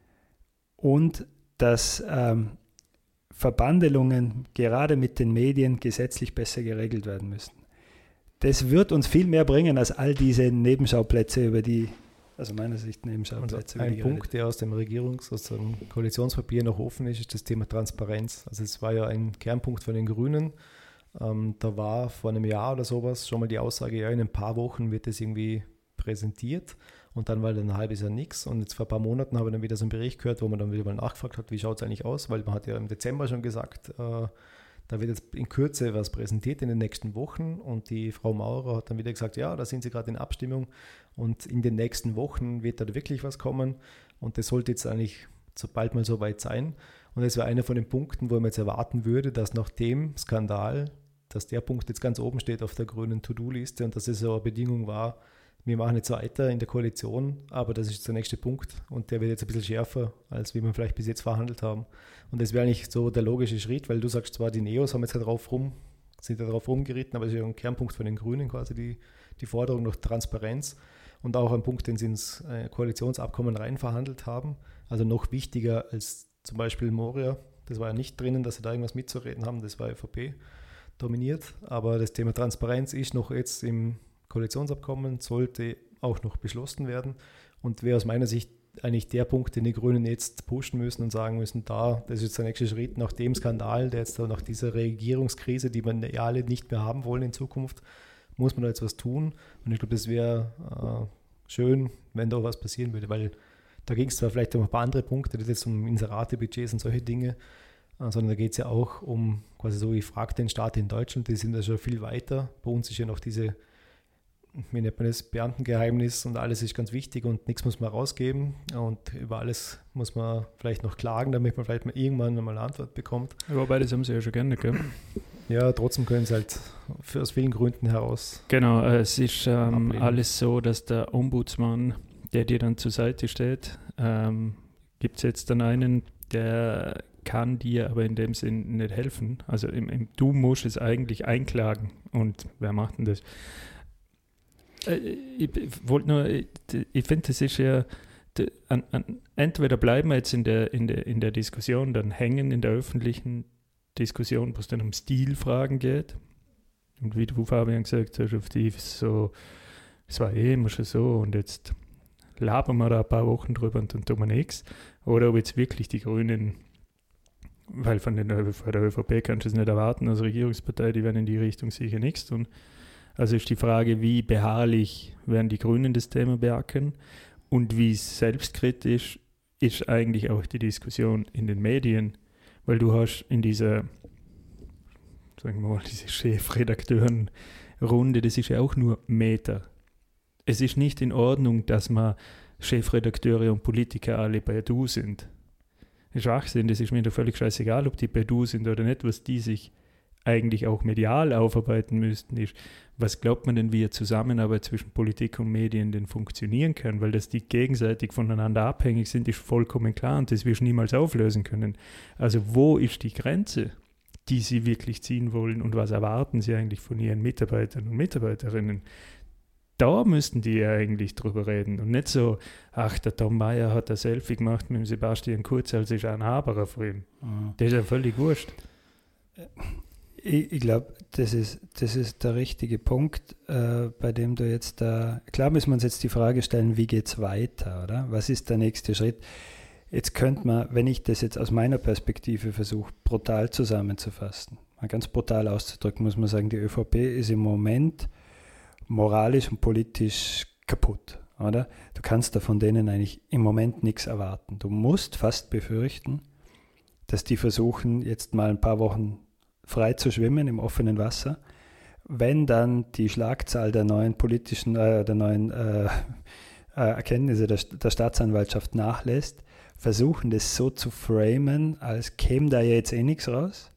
Und dass ähm, Verbandelungen gerade mit den Medien gesetzlich besser geregelt werden müssen. Das wird uns viel mehr bringen als all diese Nebenschauplätze, über die, also meiner Sicht Nebenschauplätze. Ein Punkt, der aus dem Regierungs-, aus dem Koalitionspapier noch offen ist, ist das Thema Transparenz. Also es war ja ein Kernpunkt von den Grünen. Ähm, da war vor einem Jahr oder sowas schon mal die Aussage, ja, in ein paar Wochen wird das irgendwie präsentiert. Und dann war dann ein halbes Jahr nichts. Und jetzt vor ein paar Monaten habe ich dann wieder so einen Bericht gehört, wo man dann wieder mal nachgefragt hat, wie schaut es eigentlich aus? Weil man hat ja im Dezember schon gesagt, äh, da wird jetzt in Kürze was präsentiert in den nächsten Wochen. Und die Frau Maurer hat dann wieder gesagt, ja, da sind sie gerade in Abstimmung. Und in den nächsten Wochen wird da wirklich was kommen. Und das sollte jetzt eigentlich so bald mal so weit sein. Und das wäre einer von den Punkten, wo man jetzt erwarten würde, dass nach dem Skandal, dass der Punkt jetzt ganz oben steht auf der grünen To-Do-Liste und dass es so eine Bedingung war, wir machen jetzt weiter in der Koalition, aber das ist der nächste Punkt und der wird jetzt ein bisschen schärfer, als wie wir vielleicht bis jetzt verhandelt haben. Und das wäre eigentlich so der logische Schritt, weil du sagst zwar, die Neos haben jetzt darauf rum, sind da drauf rumgeritten, aber das ist ja ein Kernpunkt von den Grünen quasi, die, die Forderung nach Transparenz und auch ein Punkt, den sie ins Koalitionsabkommen rein verhandelt haben. Also noch wichtiger als zum Beispiel Moria, das war ja nicht drinnen, dass sie da irgendwas mitzureden haben, das war ÖVP dominiert, aber das Thema Transparenz ist noch jetzt im Koalitionsabkommen, sollte auch noch beschlossen werden und wäre aus meiner Sicht eigentlich der Punkt, den die Grünen jetzt pushen müssen und sagen müssen, da, das ist jetzt der nächste Schritt nach dem Skandal, der jetzt da nach dieser Regierungskrise, die man ja alle nicht mehr haben wollen in Zukunft, muss man da jetzt was tun und ich glaube, das wäre äh, schön, wenn da was passieren würde, weil da ging es zwar vielleicht um ein paar andere Punkte, das ist jetzt um Inseratebudgets und solche Dinge, äh, sondern da geht es ja auch um quasi so, ich frage den Staat in Deutschland, die sind da schon viel weiter, bei uns ist ja noch diese, wie nennt man das, Beamtengeheimnis und alles ist ganz wichtig und nichts muss man rausgeben und über alles muss man vielleicht noch klagen, damit man vielleicht mal irgendwann mal eine Antwort bekommt. Wobei, das haben sie ja schon gerne, gell? Ja, trotzdem können sie halt für, aus vielen Gründen heraus. Genau, es ist ähm, alles so, dass der Ombudsmann, der dir dann zur Seite steht, ähm, gibt es jetzt dann einen, der kann dir aber in dem Sinn nicht helfen. Also im, im, du musst es eigentlich einklagen und wer macht denn das? Ich wollte nur, ich, ich finde, das ist ja, an, an, entweder bleiben wir jetzt in der, in, der, in der Diskussion dann hängen, in der öffentlichen Diskussion, wo es dann um Stilfragen geht. Und wie du, Fabian, gesagt hast, auf die so, es war eh immer schon so und jetzt labern wir da ein paar Wochen drüber und dann tun wir nichts. Oder ob jetzt wirklich die Grünen, weil von, den, von der ÖVP kannst du es nicht erwarten, als Regierungspartei, die werden in die Richtung sicher nichts tun. Also ist die Frage, wie beharrlich werden die Grünen das Thema beackern und wie selbstkritisch ist eigentlich auch die Diskussion in den Medien, weil du hast in dieser, sagen wir mal, diese Chefredakteurenrunde, das ist ja auch nur Meta. Es ist nicht in Ordnung, dass man Chefredakteure und Politiker alle bei Du sind. Schwachsinn, das ist mir doch völlig scheißegal, ob die bei Du sind oder nicht. Was die sich eigentlich auch medial aufarbeiten müssten, ist, was glaubt man denn, wie eine Zusammenarbeit zwischen Politik und Medien denn funktionieren kann? Weil dass die gegenseitig voneinander abhängig sind, ist vollkommen klar und das wirst du niemals auflösen können. Also wo ist die Grenze, die sie wirklich ziehen wollen und was erwarten sie eigentlich von ihren Mitarbeitern und Mitarbeiterinnen? Da müssten die ja eigentlich drüber reden und nicht so, ach, der Tom Mayer hat ein Selfie gemacht mit dem Sebastian Kurz, als ist ein Haberer für ihn. Mhm. Das ist ja völlig wurscht. Ich, ich glaube, das ist, das ist der richtige Punkt, äh, bei dem du jetzt da, klar müssen wir uns jetzt die Frage stellen, wie geht es weiter, oder? Was ist der nächste Schritt? Jetzt könnte man, wenn ich das jetzt aus meiner Perspektive versuche, brutal zusammenzufassen, mal ganz brutal auszudrücken, muss man sagen, die ÖVP ist im Moment moralisch und politisch kaputt, oder? Du kannst da von denen eigentlich im Moment nichts erwarten. Du musst fast befürchten, dass die versuchen, jetzt mal ein paar Wochen frei zu schwimmen im offenen Wasser. Wenn dann die Schlagzahl der neuen politischen, äh, der neuen äh, Erkenntnisse der, der Staatsanwaltschaft nachlässt, versuchen das so zu framen, als käme da jetzt eh nichts raus,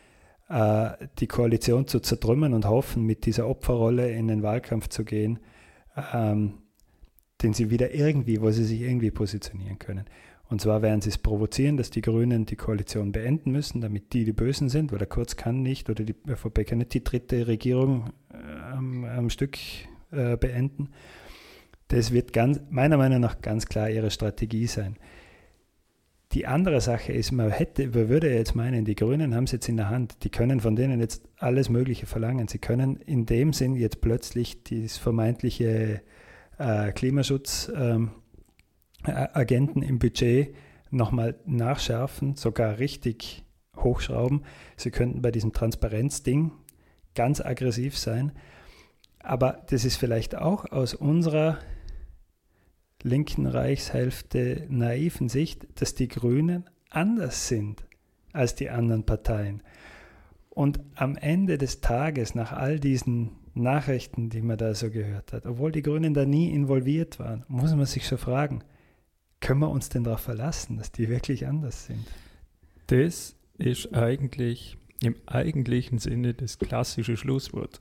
die Koalition zu zertrümmern und hoffen, mit dieser Opferrolle in den Wahlkampf zu gehen, ähm, den sie wieder irgendwie, wo sie sich irgendwie positionieren können. Und zwar werden sie es provozieren, dass die Grünen die Koalition beenden müssen, damit die die Bösen sind, weil der Kurz kann nicht oder die ÖVP kann nicht die dritte Regierung äh, am, am Stück äh, beenden. Das wird ganz, meiner Meinung nach ganz klar ihre Strategie sein. Die andere Sache ist, man hätte, man würde jetzt meinen, die Grünen haben es jetzt in der Hand, die können von denen jetzt alles Mögliche verlangen. Sie können in dem Sinn jetzt plötzlich dieses vermeintliche äh, Klimaschutzagenten ähm, im Budget nochmal nachschärfen, sogar richtig hochschrauben. Sie könnten bei diesem Transparenzding ganz aggressiv sein. Aber das ist vielleicht auch aus unserer linken Reichshälfte naiven Sicht, dass die Grünen anders sind als die anderen Parteien. Und am Ende des Tages, nach all diesen Nachrichten, die man da so gehört hat, obwohl die Grünen da nie involviert waren, muss man sich schon fragen, können wir uns denn darauf verlassen, dass die wirklich anders sind? Das ist eigentlich im eigentlichen Sinne das klassische Schlusswort.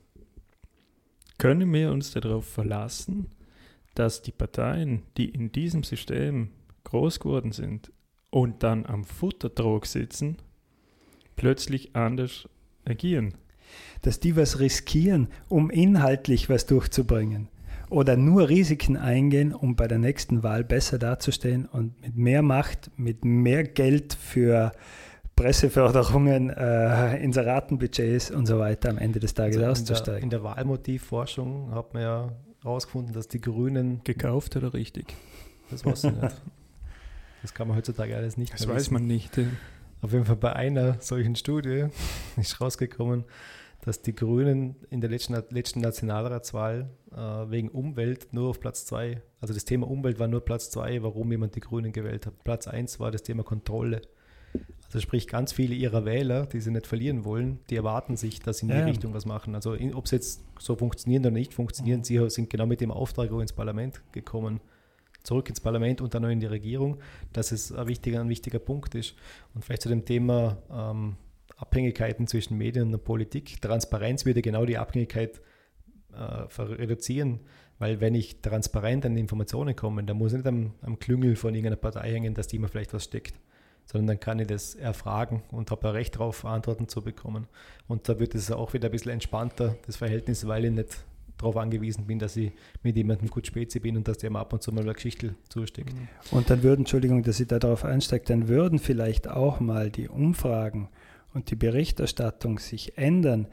Können wir uns darauf verlassen, dass die Parteien, die in diesem System groß geworden sind und dann am Futtertrog sitzen, plötzlich anders agieren? Dass die was riskieren, um inhaltlich was durchzubringen oder nur Risiken eingehen, um bei der nächsten Wahl besser dazustehen und mit mehr Macht, mit mehr Geld für Presseförderungen, äh, Inseratenbudgets und so weiter am Ende des Tages also auszusteigen. In der, in der Wahlmotivforschung hat man ja herausgefunden, dass die Grünen... Gekauft oder richtig? Das weiß ich nicht. Das kann man heutzutage alles nicht das mehr weiß wissen. man nicht. Ja. Auf jeden Fall bei einer solchen Studie ist rausgekommen, dass die Grünen in der letzten, letzten Nationalratswahl äh, wegen Umwelt nur auf Platz zwei, also das Thema Umwelt war nur Platz zwei, warum jemand die Grünen gewählt hat. Platz eins war das Thema Kontrolle. Also sprich, ganz viele ihrer Wähler, die sie nicht verlieren wollen, die erwarten sich, dass sie in die ja. Richtung was machen. Also in, ob es jetzt so funktionieren oder nicht funktionieren, mhm. sie sind genau mit dem Auftrag auch ins Parlament gekommen, zurück ins Parlament und dann auch in die Regierung, dass es ein wichtiger, ein wichtiger Punkt ist. Und vielleicht zu dem Thema ähm, Abhängigkeiten zwischen Medien und der Politik. Transparenz würde genau die Abhängigkeit äh, reduzieren, weil wenn ich transparent an Informationen komme, dann muss ich nicht am, am Klüngel von irgendeiner Partei hängen, dass die immer vielleicht was steckt, sondern dann kann ich das erfragen und habe ein Recht darauf, Antworten zu bekommen. Und da wird es auch wieder ein bisschen entspannter, das Verhältnis, weil ich nicht darauf angewiesen bin, dass ich mit jemandem gut Spezi bin und dass der mir ab und zu mal eine Geschichte zusteckt. Und dann würden, Entschuldigung, dass ich da darauf einsteige, dann würden vielleicht auch mal die Umfragen und die Berichterstattung sich ändern.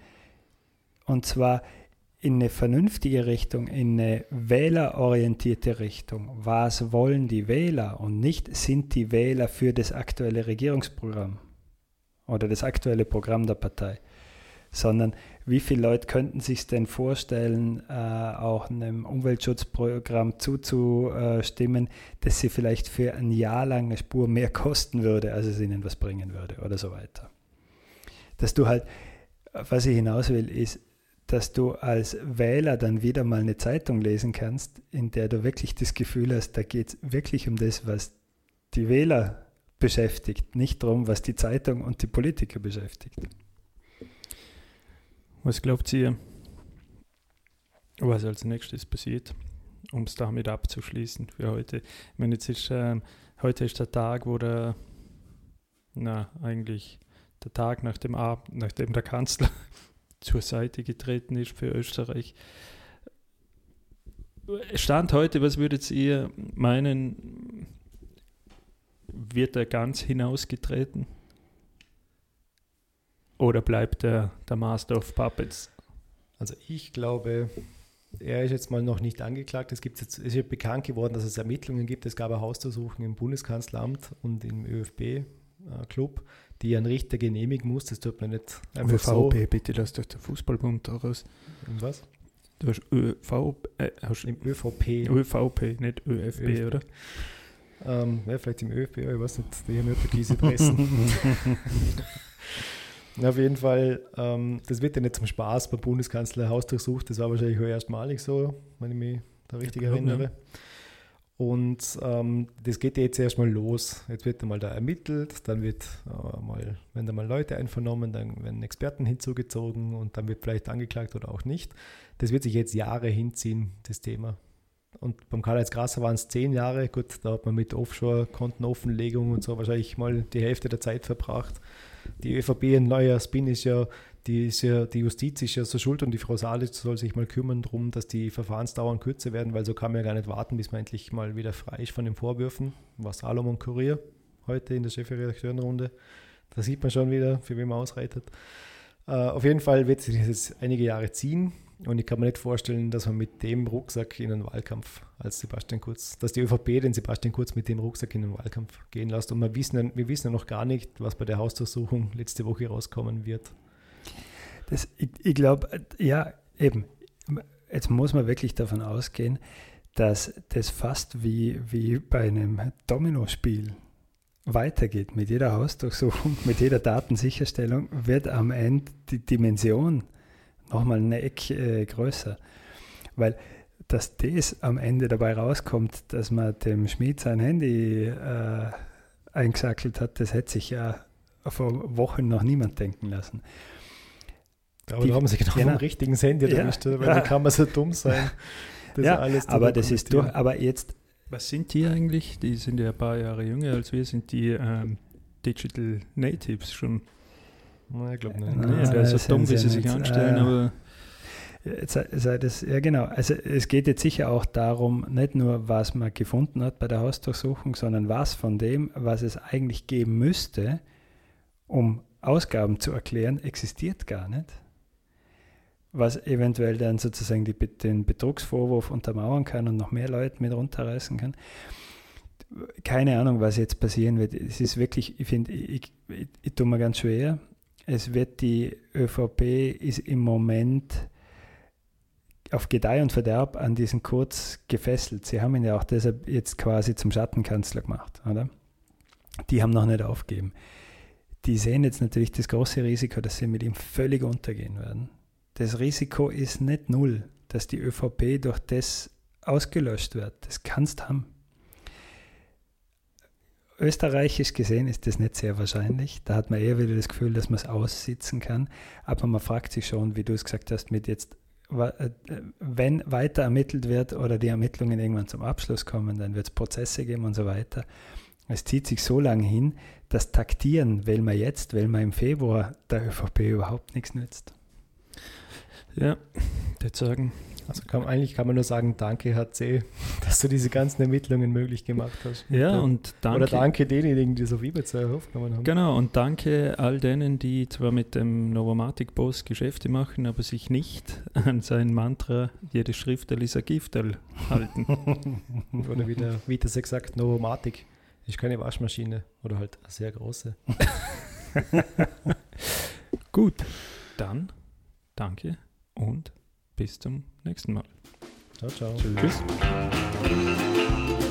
Und zwar in eine vernünftige Richtung, in eine wählerorientierte Richtung. Was wollen die Wähler und nicht sind die Wähler für das aktuelle Regierungsprogramm oder das aktuelle Programm der Partei, sondern wie viele Leute könnten sich denn vorstellen, äh, auch einem Umweltschutzprogramm zuzustimmen, das sie vielleicht für ein Jahr lang eine Spur mehr kosten würde, als es ihnen was bringen würde oder so weiter. Dass du halt, was ich hinaus will, ist, dass du als Wähler dann wieder mal eine Zeitung lesen kannst, in der du wirklich das Gefühl hast, da geht es wirklich um das, was die Wähler beschäftigt, nicht darum, was die Zeitung und die Politiker beschäftigt. Was glaubt ihr, was als nächstes passiert, um es damit abzuschließen für heute? Ich meine, jetzt ist, äh, heute ist der Tag, wo der, na, eigentlich der Tag, nach dem Ab- nachdem der Kanzler zur Seite getreten ist für Österreich. Stand heute, was würdet ihr meinen, wird er ganz hinausgetreten? Oder bleibt er der Master of Puppets? Also ich glaube, er ist jetzt mal noch nicht angeklagt. Es gibt jetzt, es ist ja bekannt geworden, dass es Ermittlungen gibt. Es gab ein Hausdurchsuchung im Bundeskanzleramt und im ÖFB-Club, die ein Richter genehmigen muss. Das tut man nicht einfach ÖVP, so. bitte lass doch der Fußballbund daraus. Und was? Du hast ÖV, äh, hast Im ÖVP. ÖVP, nicht ÖFB, ÖFB. oder? Ähm, ja, vielleicht im ÖFB, ich weiß nicht, die haben ja türkise Pressen. Auf jeden Fall, ähm, das wird ja nicht zum Spaß beim Bundeskanzler hausdurchsucht. Das war wahrscheinlich auch erstmalig so, wenn ich mich da richtig Ja, erinnere. ja. Und ähm, das geht ja jetzt erstmal los. Jetzt wird einmal da ermittelt, dann wird äh, mal, werden da mal Leute einvernommen, dann werden Experten hinzugezogen und dann wird vielleicht angeklagt oder auch nicht. Das wird sich jetzt Jahre hinziehen, das Thema. Und beim Karl-Heinz Grasser waren es zehn Jahre. Gut, da hat man mit Offshore-Kontenoffenlegung und so wahrscheinlich mal die Hälfte der Zeit verbracht. Die ÖVP, ein neuer Spin ist ja, die, ist ja, die Justiz ist ja so schuld und die Frau Salic soll sich mal kümmern darum, dass die Verfahrensdauern kürzer werden, weil so kann man ja gar nicht warten, bis man endlich mal wieder frei ist von den Vorwürfen. War Salomon Kurier heute in der Chefredakteurenrunde. Da sieht man schon wieder, für wen man ausreitet. Uh, auf jeden Fall wird sich das jetzt einige Jahre ziehen und ich kann mir nicht vorstellen, dass man mit dem Rucksack in einen Wahlkampf als Sebastian Kurz, dass die ÖVP den Sebastian Kurz mit dem Rucksack in den Wahlkampf gehen lässt. Und wir wissen, wir wissen ja noch gar nicht, was bei der Hausdurchsuchung letzte Woche rauskommen wird. Das, ich ich glaube, ja, eben, jetzt muss man wirklich davon ausgehen, dass das fast wie, wie bei einem Dominospiel weitergeht. Mit jeder Hausdurchsuchung, mit jeder Datensicherstellung wird am Ende die Dimension nochmal eine Ecke äh, größer. Weil, dass das am Ende dabei rauskommt, dass man dem Schmied sein Handy äh, eingesackelt hat, das hätte sich ja vor Wochen noch niemand denken lassen. Aber die, da haben sie genau, genau. vom richtigen Handy ja, erwischt, weil ja. da kann man so dumm sein. Das ja, alles aber das ist durch, aber jetzt Was sind die eigentlich? Die sind ja ein paar Jahre jünger als wir. Sind die ähm, Digital Natives schon? Nein, ich glaube nicht. Nee, nee, das ist so dumm, wie sie sich anstellen, äh, aber... Sei, sei das, ja genau, also es geht jetzt sicher auch darum, nicht nur, was man gefunden hat bei der Hausdurchsuchung, sondern was von dem, was es eigentlich geben müsste, um Ausgaben zu erklären, existiert gar nicht. Was eventuell dann sozusagen die, den Betrugsvorwurf untermauern kann und noch mehr Leute mit runterreißen kann. Keine Ahnung, was jetzt passieren wird. Es ist wirklich, ich finde, ich, ich, ich tue mir ganz schwer. Es wird die ÖVP ist im Moment auf Gedeih und Verderb an diesen Kurz gefesselt. Sie haben ihn ja auch deshalb jetzt quasi zum Schattenkanzler gemacht, oder? Die haben noch nicht aufgegeben. Die sehen jetzt natürlich das große Risiko, dass sie mit ihm völlig untergehen werden. Das Risiko ist nicht null, dass die ÖVP durch das ausgelöscht wird. Das kannst du haben. Österreichisch gesehen ist das nicht sehr wahrscheinlich. Da hat man eher wieder das Gefühl, dass man es aussitzen kann. Aber man fragt sich schon, wie du es gesagt hast, mit jetzt, wenn weiter ermittelt wird oder die Ermittlungen irgendwann zum Abschluss kommen, dann wird es Prozesse geben und so weiter. Es zieht sich so lange hin, dass Taktieren, will man jetzt, will man im Februar, der ÖVP überhaupt nichts nützt. Ja, ich würde sagen. Also kann, eigentlich kann man nur sagen, danke H C, dass du diese ganzen Ermittlungen möglich gemacht hast. Ja, und danke. Oder danke denjenigen, die so Fieber zu aufgenommen haben. Genau, und danke all denen, die zwar mit dem Novomatic-Boss Geschäfte machen, aber sich nicht an sein Mantra, jede Schriftel ist ein Gifterl, halten. Oder wie der Vitas gesagt, Novomatic ist keine Waschmaschine oder halt eine sehr große. Gut, dann Danke und bis zum nächsten Mal. Ciao, ciao. Tschüss.